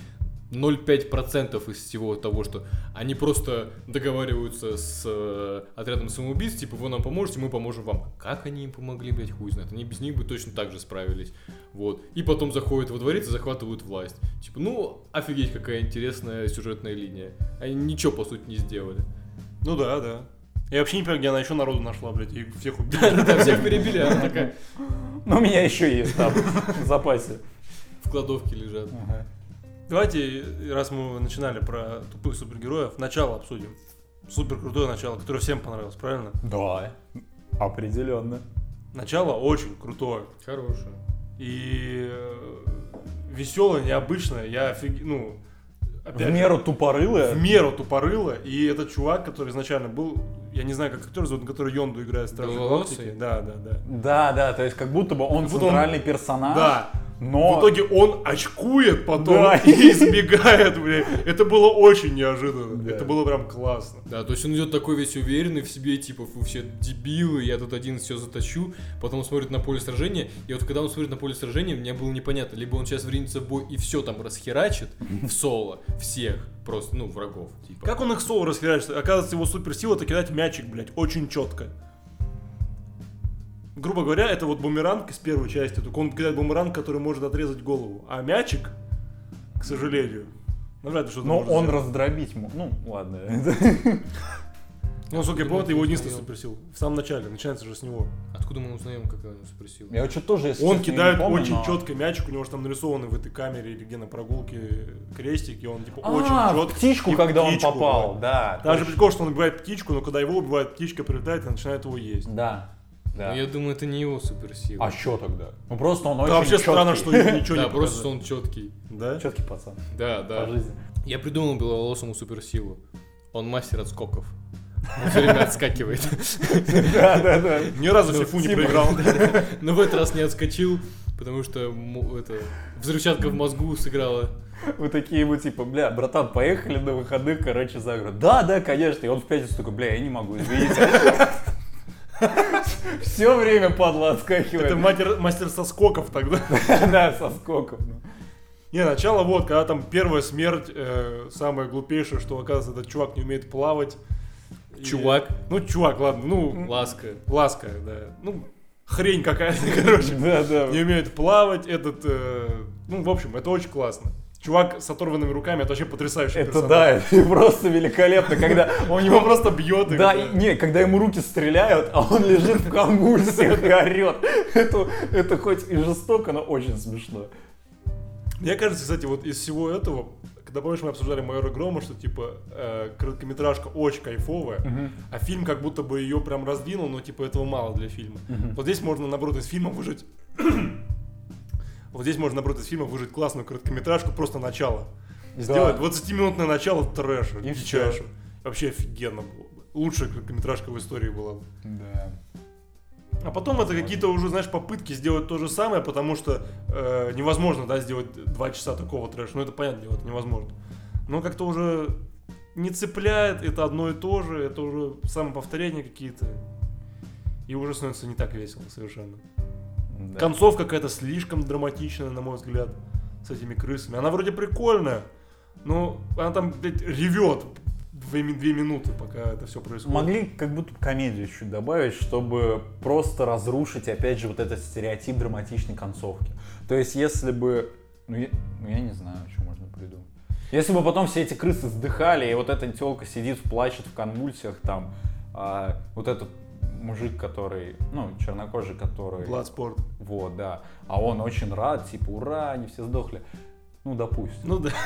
0,5% из всего того, что они просто договариваются с отрядом самоубийц, типа, вы нам поможете, мы поможем вам. Как они им помогли, блядь, хуй знает. Они без них бы точно так же справились. Вот. И потом заходят во дворец и захватывают власть. Типа, ну, офигеть, какая интересная сюжетная линия. Они ничего, по сути, не сделали. Ну да. Я вообще не понимаю, где она еще народу нашла, блядь, и всех убили. Да, всех перебили, а она такая Ну, у меня еще есть там в запасе. в кладовке лежат. Давайте, раз мы начинали про тупых супергероев, начало обсудим. Супер крутое начало, которое всем понравилось, правильно? Да, определенно. Начало очень крутое. Хорошая. И веселое, необычное. В меру тупорылое. В меру тупорыло. И этот чувак, который изначально был, я не знаю, как актер зовут, который Йонду играет в Стражи Галактики. Да. Да, то есть как будто бы он центральный персонаж. Да. Но... В итоге он очкует потом Да. и избегает, блядь. Это было очень неожиданно. Да. Это было прям классно. Да, то есть он идет такой весь уверенный в себе, типа, вы все дебилы, я тут один все затащу. Потом он смотрит на поле сражения, и вот когда он смотрит на поле сражения, мне было непонятно, либо он сейчас вринется в бой и все там расхерачит в соло всех, просто, врагов. Типа. Как он их соло расхерачит? Оказывается, его суперсила — это кидать мячик, блядь, очень четко. Грубо говоря, это вот бумеранг из первой части. Только он кидает бумеранг, который может отрезать голову. А мячик, к сожалению, вряд ли что-то Но может он сделать. раздробить мог. Ну, ладно. Ну, насколько я помню, это его единственный суперсил. В самом начале, начинается же с него. Откуда мы узнаем, какая у него суперсила? Я вот что-то тоже, если Он честно, кидает не помню, очень но- четко мячик, у него же там нарисованы в этой камере или где на прогулке крестик, и он типа А, очень четко. птичку, И когда птичку, он попал, да. Там же точно. прикол, что он убивает птичку, но когда его убивает, птичка прилетает и начинает его есть. Да. Ну, я думаю, это не его суперсила. А что тогда? Ну просто он очень Да, вообще странно, что ничего Да, не просто показали. он четкий. Да? Четкий пацан Да, по да. жизни. Я придумал беловолосому суперсилу. Он мастер отскоков. Он все время отскакивает. Да. Ни разу в Сифу не типа. проиграл. Но в этот раз не отскочил, потому что взрывчатка в мозгу сыграла. Вы такие ему типа, бля, братан, поехали на выходных, короче, за город. Да, конечно. И он в пятницу такой, бля, я не могу, извините. Все время, падла, отскакивает. Это мастер со скоков тогда. Да, со скоком. Не, начало вот, когда там первая смерть, самое глупейшее, что оказывается этот чувак не умеет плавать. И- Чувак? Ну, чувак, ладно, Ласка. ласка, да. Ну, хрень какая-то, короче. Да. Не умеет плавать, в общем, это очень классно. Чувак с оторванными руками, это вообще потрясающий Это персонаж. да, это просто великолепно, когда у Его него просто бьет. Да, когда ему руки стреляют, а он лежит в конвульсиях и орет. Это хоть и жестоко, но очень смешно. Мне кажется, кстати, вот из всего этого, когда, помнишь, мы обсуждали «Майора Грома», что, типа, короткометражка очень кайфовая, а фильм как будто бы ее прям раздвинул, но, типа, этого мало для фильма. Вот здесь можно, наоборот, из фильма выжать... Вот здесь можно, наоборот, из фильма выжать классную короткометражку, просто начало. Сделать 20-минутное начало трэша, И дичайшего. Вообще офигенно было бы. Лучшая короткометражка в истории была бы. Да. А потом это какие-то уже, знаешь, попытки сделать то же самое, потому что невозможно, да, сделать 2 часа такого трэша. Ну, это понятное дело, это невозможно. Но как-то уже не цепляет, это одно и то же, это уже самоповторения какие-то. И уже становится не так весело совершенно. Да. Концовка какая-то слишком драматичная, на мой взгляд, с этими крысами. Она вроде прикольная, но она там, блядь, ревет 2 минуты, пока это все происходит. Могли как будто комедию чуть добавить, чтобы просто разрушить, опять же, вот этот стереотип драматичной концовки. То есть, если бы... я не знаю, что можно придумать. Если бы потом все эти крысы вздыхали, и вот эта тёлка сидит, плачет в конвульсиях, там, вот этот мужик, который, чернокожий, который... Bloodsport. Вот, да. А он очень рад, типа, ура, они все сдохли. Ну, допустим. Ну да.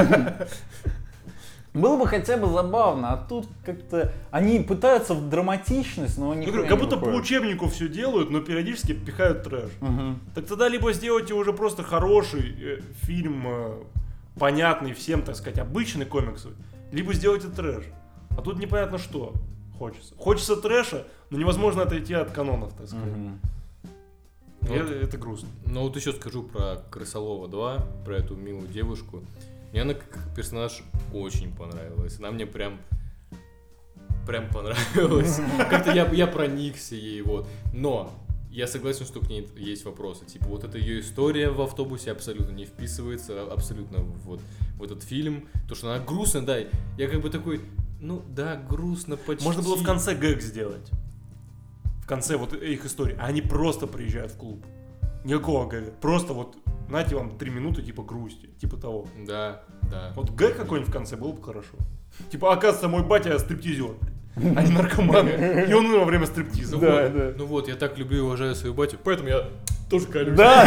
Было бы хотя бы забавно, а тут как-то... Они пытаются в драматичность, но они... Как будто по учебнику все делают, но периодически пихают трэш. Так тогда либо сделайте уже просто хороший фильм, понятный всем, так сказать, обычный комиксовый, либо сделайте трэш. А тут непонятно что хочется. Хочется трэша, но невозможно отойти от канонов, так сказать. И это грустно. Ну вот еще скажу про Крысолова 2, про эту милую девушку. Мне она как персонаж очень понравилась. Она мне прям понравилась. Как-то я проникся ей, вот. Но Я согласен, что к ней есть вопросы. Типа, вот эта ее история в автобусе абсолютно не вписывается, абсолютно вот в этот фильм. То, что она грустная, да. Я как бы такой, ну да, грустно почти. Можно было в конце гэг сделать. В конце вот их истории. А они просто приезжают в клуб. Никакого гэга. Просто вот, знаете, вам 3 минуты типа грусти. Типа того. Да. Вот гэг какой-нибудь в конце было бы хорошо. Типа, оказывается, мой батя стриптизер. А не наркоман. И он во время стриптиза. Ну вот, я так люблю и уважаю свою батю, поэтому я тоже колюсь. Да,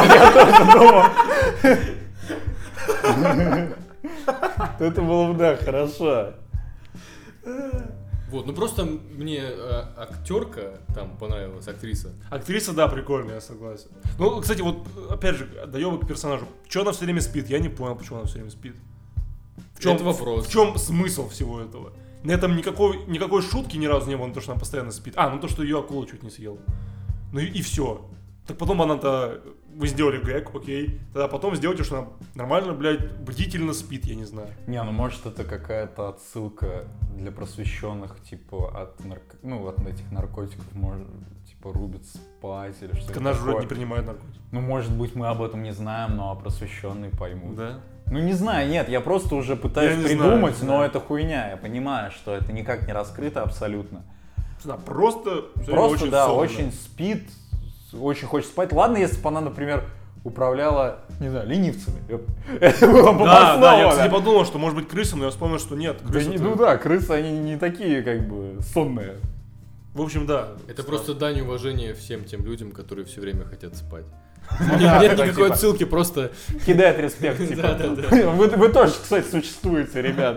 я тоже думал. Это было бы, да, хорошо. Вот, ну просто мне актерка там понравилась, актриса. Актриса, да, прикольная, я согласен. Ну, кстати, вот, опять же, доебок к персонажу. Чего она все время спит? Я не понял, почему она все время спит. Это вопрос. В чем смысл всего этого? На этом никакой шутки ни разу не было, на то, что она постоянно спит. Ну то, что ее акула чуть не съела. Ну и все. Так потом она-то... Вы сделали гэг, окей. Тогда потом сделайте, что она нормально, блядь, бдительно спит, я не знаю. Не, ну может это какая-то отсылка для просвещенных, типа от этих наркотиков, может, типа рубит спать или что-то. Так она же вроде не принимает наркотики. Ну может быть мы об этом не знаем, но просвещенные поймут. Да? Ну не знаю, нет, я просто уже пытаюсь придумать, но это хуйня. Я понимаю, что это никак не раскрыто абсолютно. Да, просто очень, да, очень спит, очень хочет спать. Ладно, если бы она, например, управляла, не знаю, ленивцами. Это было бы Да, я, кстати, подумал, что может быть крысы, но я вспомнил, что нет. Крысы, они не такие, как бы, сонные. В общем, да. Это просто дань уважения всем тем людям, которые все время хотят спать. Нет никакой отсылки, просто... Кидает респект, типа. Вы тоже, кстати, существуете, ребят.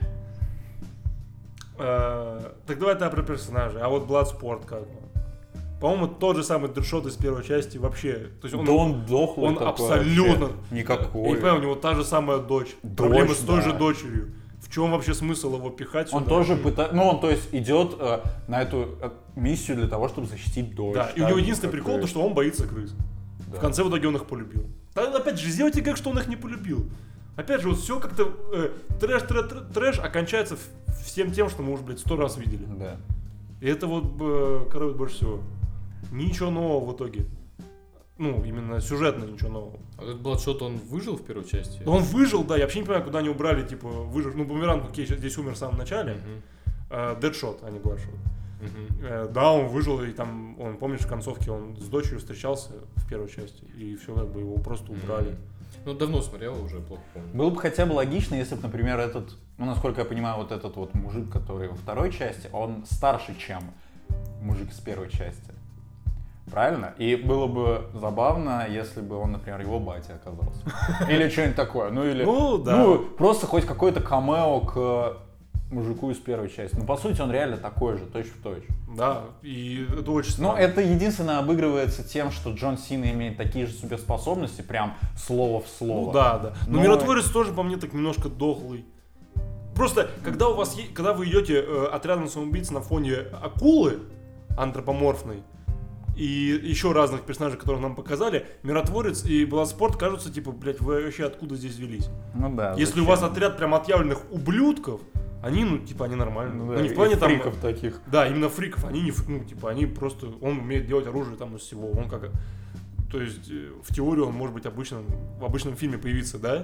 Так давай тогда про персонажей. А вот Bloodsport как? По-моему, тот же самый Дэдшот из первой части вообще. То есть он дохлый. Он абсолютно... Никакой. Я не понимаю, у него та же самая дочь. Проблемы с той же дочерью. В чем вообще смысл его пихать сюда? Он тоже пытается... Ну, он, то есть, идет на эту миссию для того, чтобы защитить дочь. Да, и у него единственный прикол, то, что он боится крыс. Да. В конце в итоге он их полюбил. Тогда, опять же, сделайте как, что он их не полюбил. Опять же, вот все как-то трэш окончается всем тем, что мы уже, блядь, 100 раз видели. Да. И это вот коробит больше всего. Ничего нового в итоге. Ну, именно сюжетно ничего нового. А этот Бладшот, он выжил в первой части? Он выжил, да. Я вообще не понимаю, куда они убрали, типа, выжил. Ну, Бумеранг, окей, здесь умер в самом начале. Дэдшот, а не Бладшот. Да, он выжил, и там, он, помнишь, в концовке он с дочерью встречался в первой части, и все, как бы его просто убрали. Ну, давно смотрел, уже плохо помню. Было бы хотя бы логично, если бы, например, этот, ну, насколько я понимаю, вот этот вот мужик, который во второй части, он старше, чем мужик из первой части. Правильно? И было бы забавно, если бы он, например, его батя оказался. Или что-нибудь такое. Ну, или, просто хоть какой-то камео к мужику из первой части. Ну, по сути, он реально такой же, точь-в-точь. Да, и это очень странно. Но это единственное обыгрывается тем, что Джон Сина имеет такие же суперспособности, прям слово в слово. Ну да. Но Миротворец тоже, по мне, так немножко дохлый. Просто, когда вы идете отрядом самоубийц на фоне акулы антропоморфной, и еще разных персонажей, которых нам показали, Миротворец и Bloodsport кажутся, типа, блядь, вы вообще откуда здесь взялись? Ну да. Если у вас отряд прям отъявленных ублюдков, они, ну, типа, они нормальные. Ну, да, ну, не в плане там... фриков таких. Да, именно фриков. Они не, ну, типа, они просто... Он умеет делать оружие там из всего. Он как... То есть, в теории он может быть в обычном фильме появиться, да?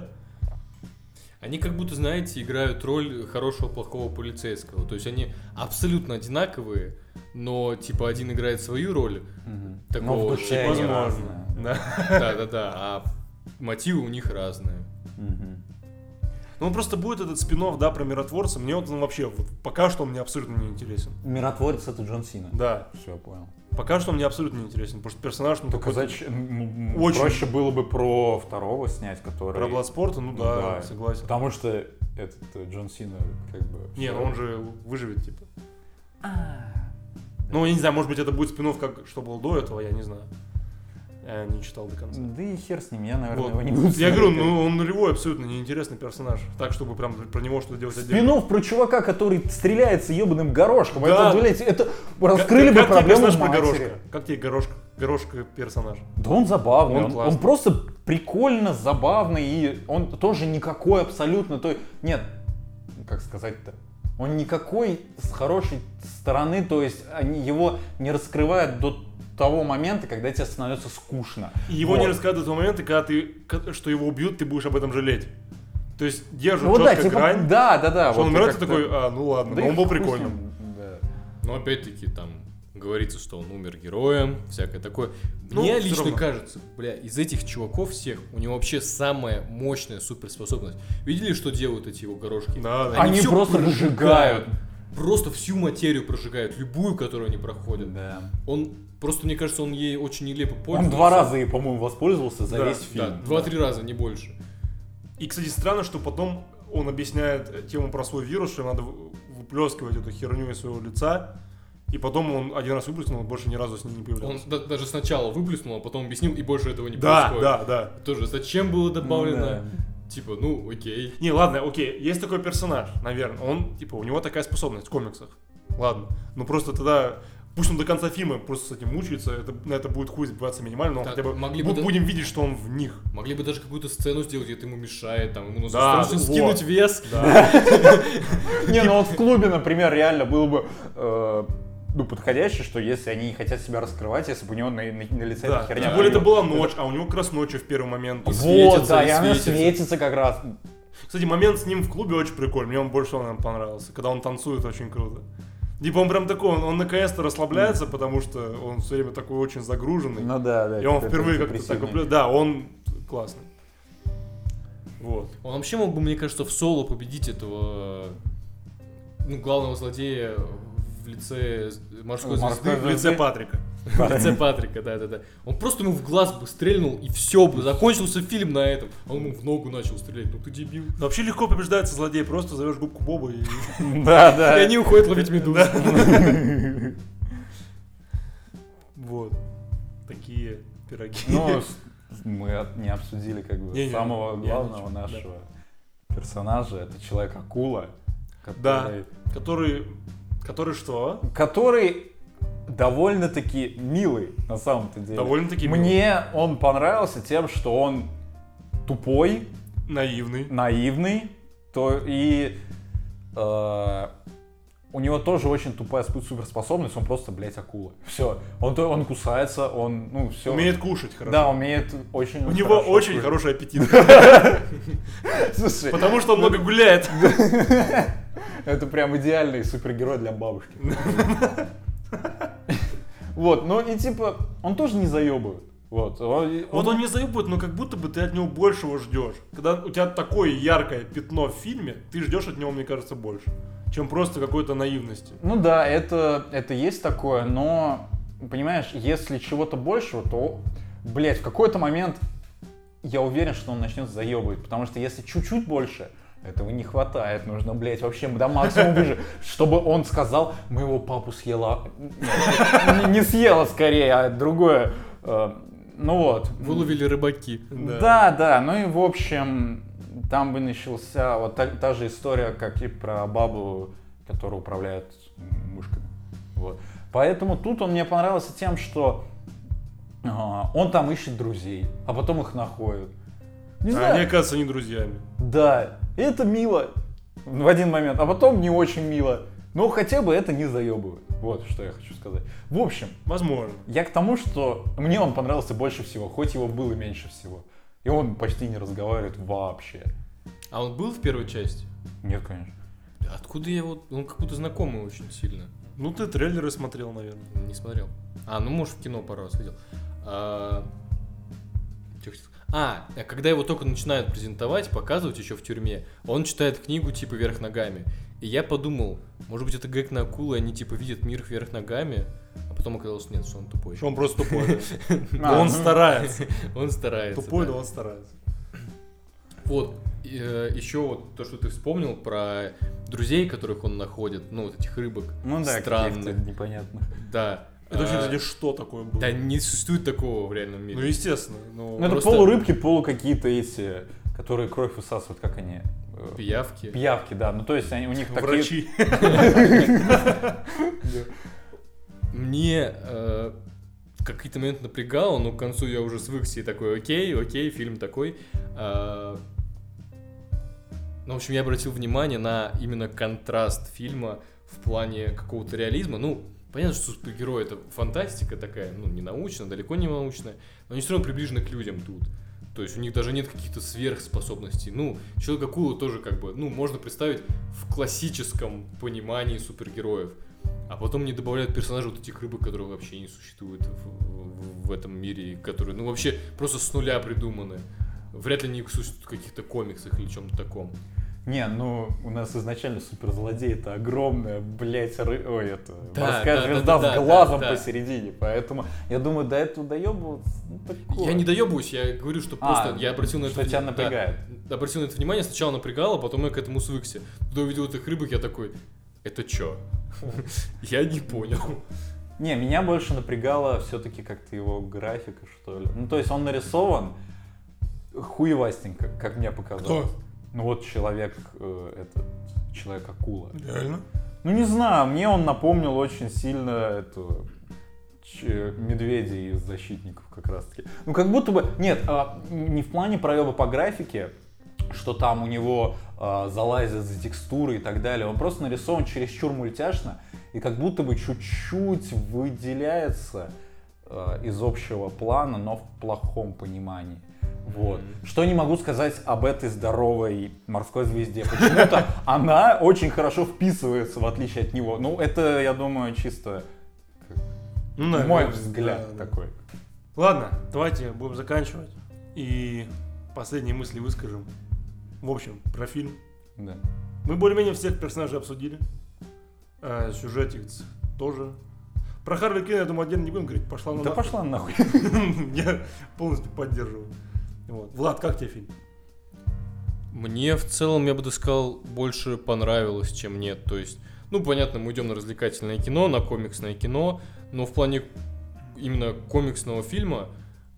Они как будто, знаете, играют роль хорошего, плохого полицейского. То есть они абсолютно одинаковые, но типа один играет свою роль, такого, но в душе типа, возможно. Да, а мотивы у них разные. Ну, просто будет этот спин-офф, да, про Миротворца. Мне вот он вообще, пока что он мне абсолютно не интересен. Миротворец — это Джон Сина. Да. Все, я понял. Пока что он мне абсолютно не интересен, потому что персонаж... Ну, только очень... Проще было бы про второго снять, который... Про Bloodsport, ну да, согласен. Потому что этот Джон Сина как бы... Не, ну он же выживет, типа. Ну, я не знаю, может быть, это будет спин-офф, как что было до этого, я не знаю. Я не читал до конца. Да и хер с ним, я, наверное, его не буду смотреть. Я говорю, ну он нулевой, абсолютно неинтересный персонаж. Так, чтобы прям про него что-то делать отдельно. Спин-офф про чувака, который стреляется ебаным горошком. Да. Это, блядь, это раскрыли бы проблему матери. Как тебе горошка персонаж? Да он забавный, он просто прикольно забавный, и он тоже никакой абсолютно... Нет, как сказать-то? Он никакой с хорошей стороны, то есть они его не раскрывают до того момента, когда тебе становится скучно. И его Вот. не рассказывают в моменты, когда что его убьют, ты будешь об этом жалеть. То есть держит Ну да, четко типа, грань. да. Что он вот умирает, ты как-то- такой, ну ладно, Да но и он был хуй с прикольным. ним, да. Но опять-таки там говорится, что он умер героем, всякое такое. Ну, Мне всё лично равно. кажется, бля, из этих чуваков всех у него вообще самая мощная суперспособность. Видели, что делают эти его горошки? Да, да. Они всё просто прожигают. Просто всю материю прожигают, любую, которую они проходят. Да. Он просто, мне кажется, он ей очень нелепо Он пользовался. 2 раза ей, по-моему, воспользовался за Да, весь Да, фильм. 2-3 раза, не больше. И, кстати, странно, что потом он объясняет тему про свой вирус, что надо выплескивать эту херню из своего лица. И потом он один раз выплеснул, больше ни разу с ним не Он появлялся. даже сначала выплеснул, а потом объяснил, и больше этого не Да, происходит. да, да. Тоже зачем было добавлено? Да. Типа, окей. Не, ладно, окей, есть такой персонаж, наверное. Он, типа, у него такая способность в комиксах. Ладно. Ну просто тогда, пусть он до конца фильма просто с этим мучается, на это будет хуй сбиваться минимально, но Так, хотя бы могли бы будем видеть, что он в них. Могли бы даже какую-то сцену сделать, где это ему мешает, там, ему нужно Да, срочно вот. скинуть вес. Да. Не, ну вот в клубе, например, реально было бы подходяще, что если они не хотят себя раскрывать, если бы у него на лице Да. эта херня. Тем более это была ночь, а у него как раз ночью в первый момент. Вот, светится, да, и и она светится. светится как раз. Кстати, момент с ним в клубе очень прикольный, мне он больше всего, наверное, понравился. Когда он танцует, очень круто. Типа он прям такой, он наконец-то расслабляется, потому что он все время такой очень загруженный. Ну да. И он такой впервые как-то так... депрессивный. Да, он классный. Вот. Он вообще мог бы, мне кажется, в соло победить этого главного злодея в лице морской Морской звезды. В лице Патрика. В лице Патрика, да. Он просто ему в глаз бы стрельнул, и все бы, закончился фильм на этом. А он ему в ногу начал стрелять, ну ты дебил. Но вообще легко побеждается злодей, просто зовешь губку Боба и... Да. И они уходят ловить медуз. Вот. Такие пироги. Ну, мы не обсудили как бы Не-не, самого я главного ничего, нашего персонажа. Это Человек-акула. Да. Который что? Который довольно-таки милый, на самом-то деле. Довольно-таки милый. Мне он понравился тем, что он тупой, Наивный. наивный, и у него тоже очень тупая суперспособность, он просто, блядь, акула. Все. Он кусается, он, все. Умеет кушать хорошо. Да, умеет очень У него хорошо очень кушать. хороший аппетит. Слушай, Потому что он много гуляет. это прям идеальный супергерой для бабушки. Вот, ну и типа, он тоже не заебывает. Вот Он не заебывает, но как будто бы ты от него большего ждешь. Когда у тебя такое яркое пятно в фильме, ты ждешь от него, мне кажется, больше, чем просто какой-то наивности. Ну да, это есть такое, но, понимаешь, если чего-то большего, то, блядь, в какой-то момент я уверен, что он начнет заебывать, потому что если чуть-чуть больше, этого не хватает, нужно, блядь, вообще до максимума выжить, чтобы он сказал, моего папу съела, не съела скорее, а другое, ну вот. Выловили рыбаки. Да, ну и в общем, там бы начался вот та же история, как и про бабу, которая управляет мышками. Вот. Поэтому тут он мне понравился тем, что он там ищет друзей, а потом их находит. Не А знаю. они, оказывается, не друзьями. Да, это мило в один момент, а потом не очень мило. Но хотя бы это не заебывает. Вот что я хочу сказать. В общем, Возможно. я к тому, что мне он понравился больше всего, хоть его было меньше всего. И он почти не разговаривает вообще. А он был в первой части? Нет, конечно. Откуда я его... Он как будто знакомый очень сильно. Ну, ты трейлеры смотрел, наверное. Не смотрел. Ну может в кино пару раз видел. Когда его только начинают презентовать, показывать еще в тюрьме, он читает книгу типа «Вверх ногами». И я подумал, может быть это гэг на акулы, они типа видят мир вверх ногами, а потом оказалось нет, что он тупой. Что он просто тупой. А, Он ну. старается. Он старается. Тупой, да. но он старается. Вот, еще вот то, что ты вспомнил про друзей, которых он находит, ну вот этих рыбок Ну да, странных. каких-то непонятных. Да. Это вообще, кстати, что такое было? Да не существует такого в реальном мире. Ну, естественно. Ну Ну, это просто- полурыбки, полу какие-то эти, которые кровь высасывают, как они? Пиявки. Пиявки, да. Ну то есть у них такие... врачи. Мне в какие-то моменты напрягало, но к концу я уже свыкся и такой, окей, фильм такой. Ну, в общем, я обратил внимание на именно контраст фильма в плане какого-то реализма. Ну, понятно, что супергерой это фантастика такая, ну, не научная, далеко не научная, но они все равно приближены к людям тут. То есть у них даже нет каких-то сверхспособностей. Ну, Человек-акула тоже как бы, ну, можно представить в классическом понимании супергероев. А потом не добавляют персонажей вот этих рыбок, которые вообще не существуют в этом мире, которые, ну, вообще просто с нуля придуманы. Вряд ли они существуют в каких-то комиксах или чем-то таком. Не, ну, у нас изначально суперзлодей это огромная, блять, морская звезда с глазом посередине, поэтому я думаю, до этого доебываться, ну, такое. Я не доебываюсь, я говорю, что просто я обратил на это внимание. Что тебя напрягает. Да, обратил на это внимание, сначала напрягало, потом я к этому свыкся. Когда увидел этих рыбок, я такой, это чё? Я не понял. Не, меня больше напрягало все-таки как-то его графика, что ли. Ну, то есть он нарисован хуевастенько, как мне показалось. Кто? Ну вот Человек-акула. Реально? Ну не знаю, мне он напомнил очень сильно медведей из «Защитников» как раз таки. Ну как будто бы, нет, не в плане проеба по графике, что там у него залазят за текстуры и так далее. Он просто нарисован чересчур мультяшно и как будто бы чуть-чуть выделяется из общего плана, но в плохом понимании. Вот. Что не могу сказать об этой здоровой морской звезде. Почему-то она очень хорошо вписывается, в отличие от него. Ну, это, я думаю, чисто мой взгляд такой. Ладно, давайте будем заканчивать. И последние мысли выскажем. В общем, про фильм. Да. Мы более-менее всех персонажей обсудили. Сюжетик тоже. Про Харли Квинн, я думаю, отдельно не будем говорить. Пошла на нахуй. Да пошла нахуй. Я полностью поддерживаю. Вот. Влад, как тебе фильм? Мне в целом, я бы сказал, больше понравилось, чем нет. То есть, ну, понятно, мы идем на развлекательное кино, на комиксное кино, но в плане именно комиксного фильма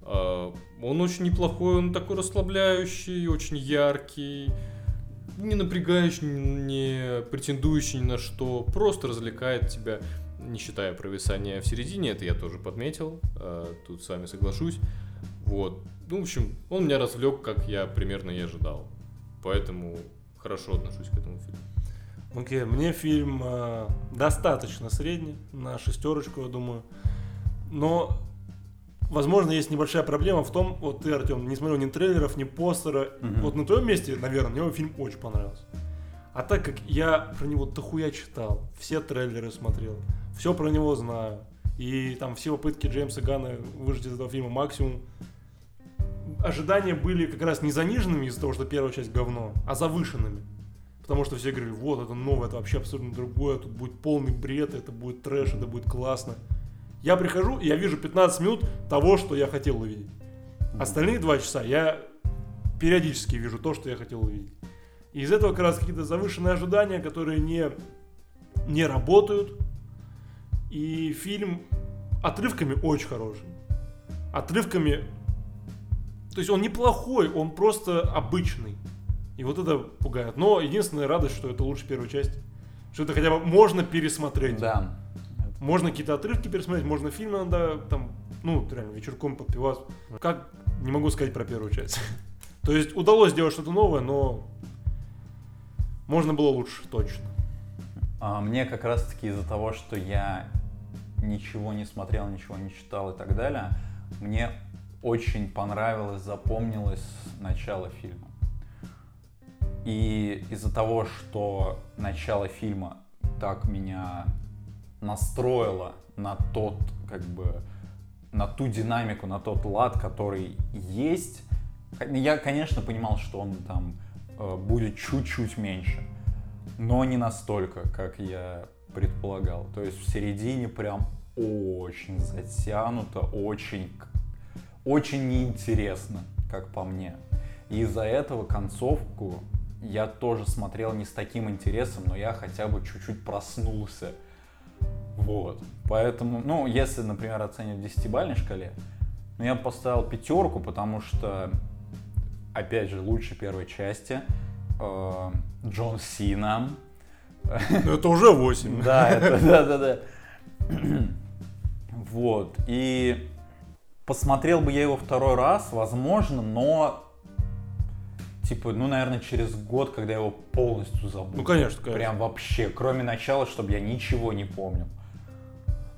он очень неплохой, он такой расслабляющий, очень яркий, не напрягающий, не претендующий ни на что, просто развлекает тебя, не считая провисания в середине, это я тоже подметил, тут с вами соглашусь. Вот. Ну, в общем, он меня развлек, как я примерно и ожидал. Поэтому хорошо отношусь к этому фильму. Окей, мне фильм достаточно средний, на 6, я думаю. Но, возможно, есть небольшая проблема в том, вот ты, Артем, не смотрел ни трейлеров, ни постера. Вот на твоем месте, наверное, мне фильм очень понравился. А так как я про него дохуя читал, все трейлеры смотрел, все про него знаю, и там все попытки Джеймса Ганна выжать из этого фильма максимум, ожидания были как раз не заниженными из-за того, что первая часть говно, а завышенными. Потому что все говорили, вот это новое, это вообще абсолютно другое, тут будет полный бред, это будет трэш, это будет классно. Я прихожу, и я вижу 15 минут того, что я хотел увидеть. Остальные 2 часа я периодически вижу то, что я хотел увидеть. И из этого как раз какие-то завышенные ожидания, которые не работают. И фильм отрывками очень хороший. Отрывками... То есть он неплохой, он просто обычный. И вот это пугает. Но единственная радость, что это лучше первой части. Что это хотя бы можно пересмотреть. Да. Можно какие-то отрывки пересмотреть, можно фильм надо там, ну, реально, вечерком подпиваться. Как, не могу сказать про первую часть. То есть удалось сделать что-то новое, но можно было лучше, точно. Мне как раз-таки из-за того, что я ничего не смотрел, ничего не читал и так далее, мне очень понравилось, запомнилось начало фильма. И из-за того, что начало фильма так меня настроило на тот, как бы, на ту динамику, на тот лад, который есть. Я, конечно, понимал, что он там будет чуть-чуть меньше, но не настолько, как я предполагал. То есть в середине прям очень затянуто, очень неинтересно, как по мне. И из-за этого концовку я тоже смотрел не с таким интересом, но я хотя бы чуть-чуть проснулся. Вот. Поэтому, ну, если, например, оценивать в 10-бальной шкале, ну, я бы поставил 5, потому что, опять же, лучше первой части. Джон Сина. Ну, это уже 8. Да, это, да. Вот. И посмотрел бы я его 2 раз, возможно, но типа, ну, наверное, через год, когда я его полностью забуду. Ну, конечно. Прям вообще, кроме начала, чтобы я ничего не помнил.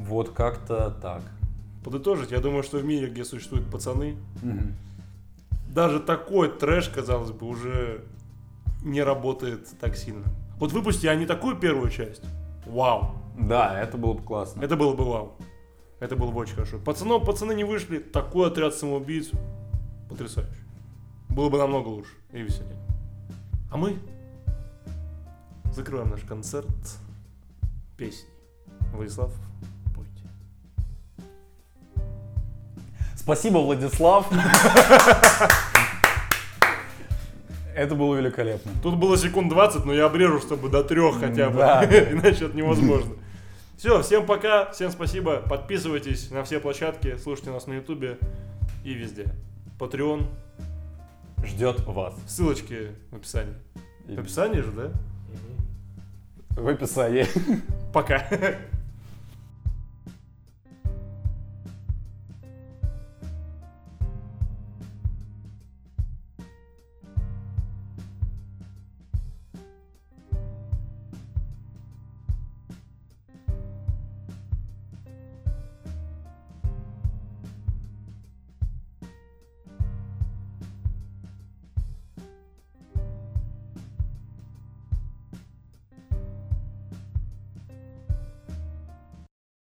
Вот как-то так. Подытожить, я думаю, что в мире, где существуют пацаны, даже такой трэш, казалось бы, уже не работает так сильно. Вот выпусти они такую первую часть. Вау. Да, это было бы классно. Это было бы вау. Это было бы очень хорошо. Пацаны не вышли, такой отряд самоубийц. Потрясающе. Было бы намного лучше и веселее. А мы закрываем наш концерт песней. Владислав, пойте. Спасибо, Владислав. Это было великолепно. Тут было секунд 20, но я обрежу, чтобы до 3 хотя бы. Да. Иначе это невозможно. Все, всем пока, всем спасибо. Подписывайтесь на все площадки, слушайте нас на Ютубе и везде. Patreon. Ждет вас. Ссылочки в описании. В описании же, да? В описании. Пока.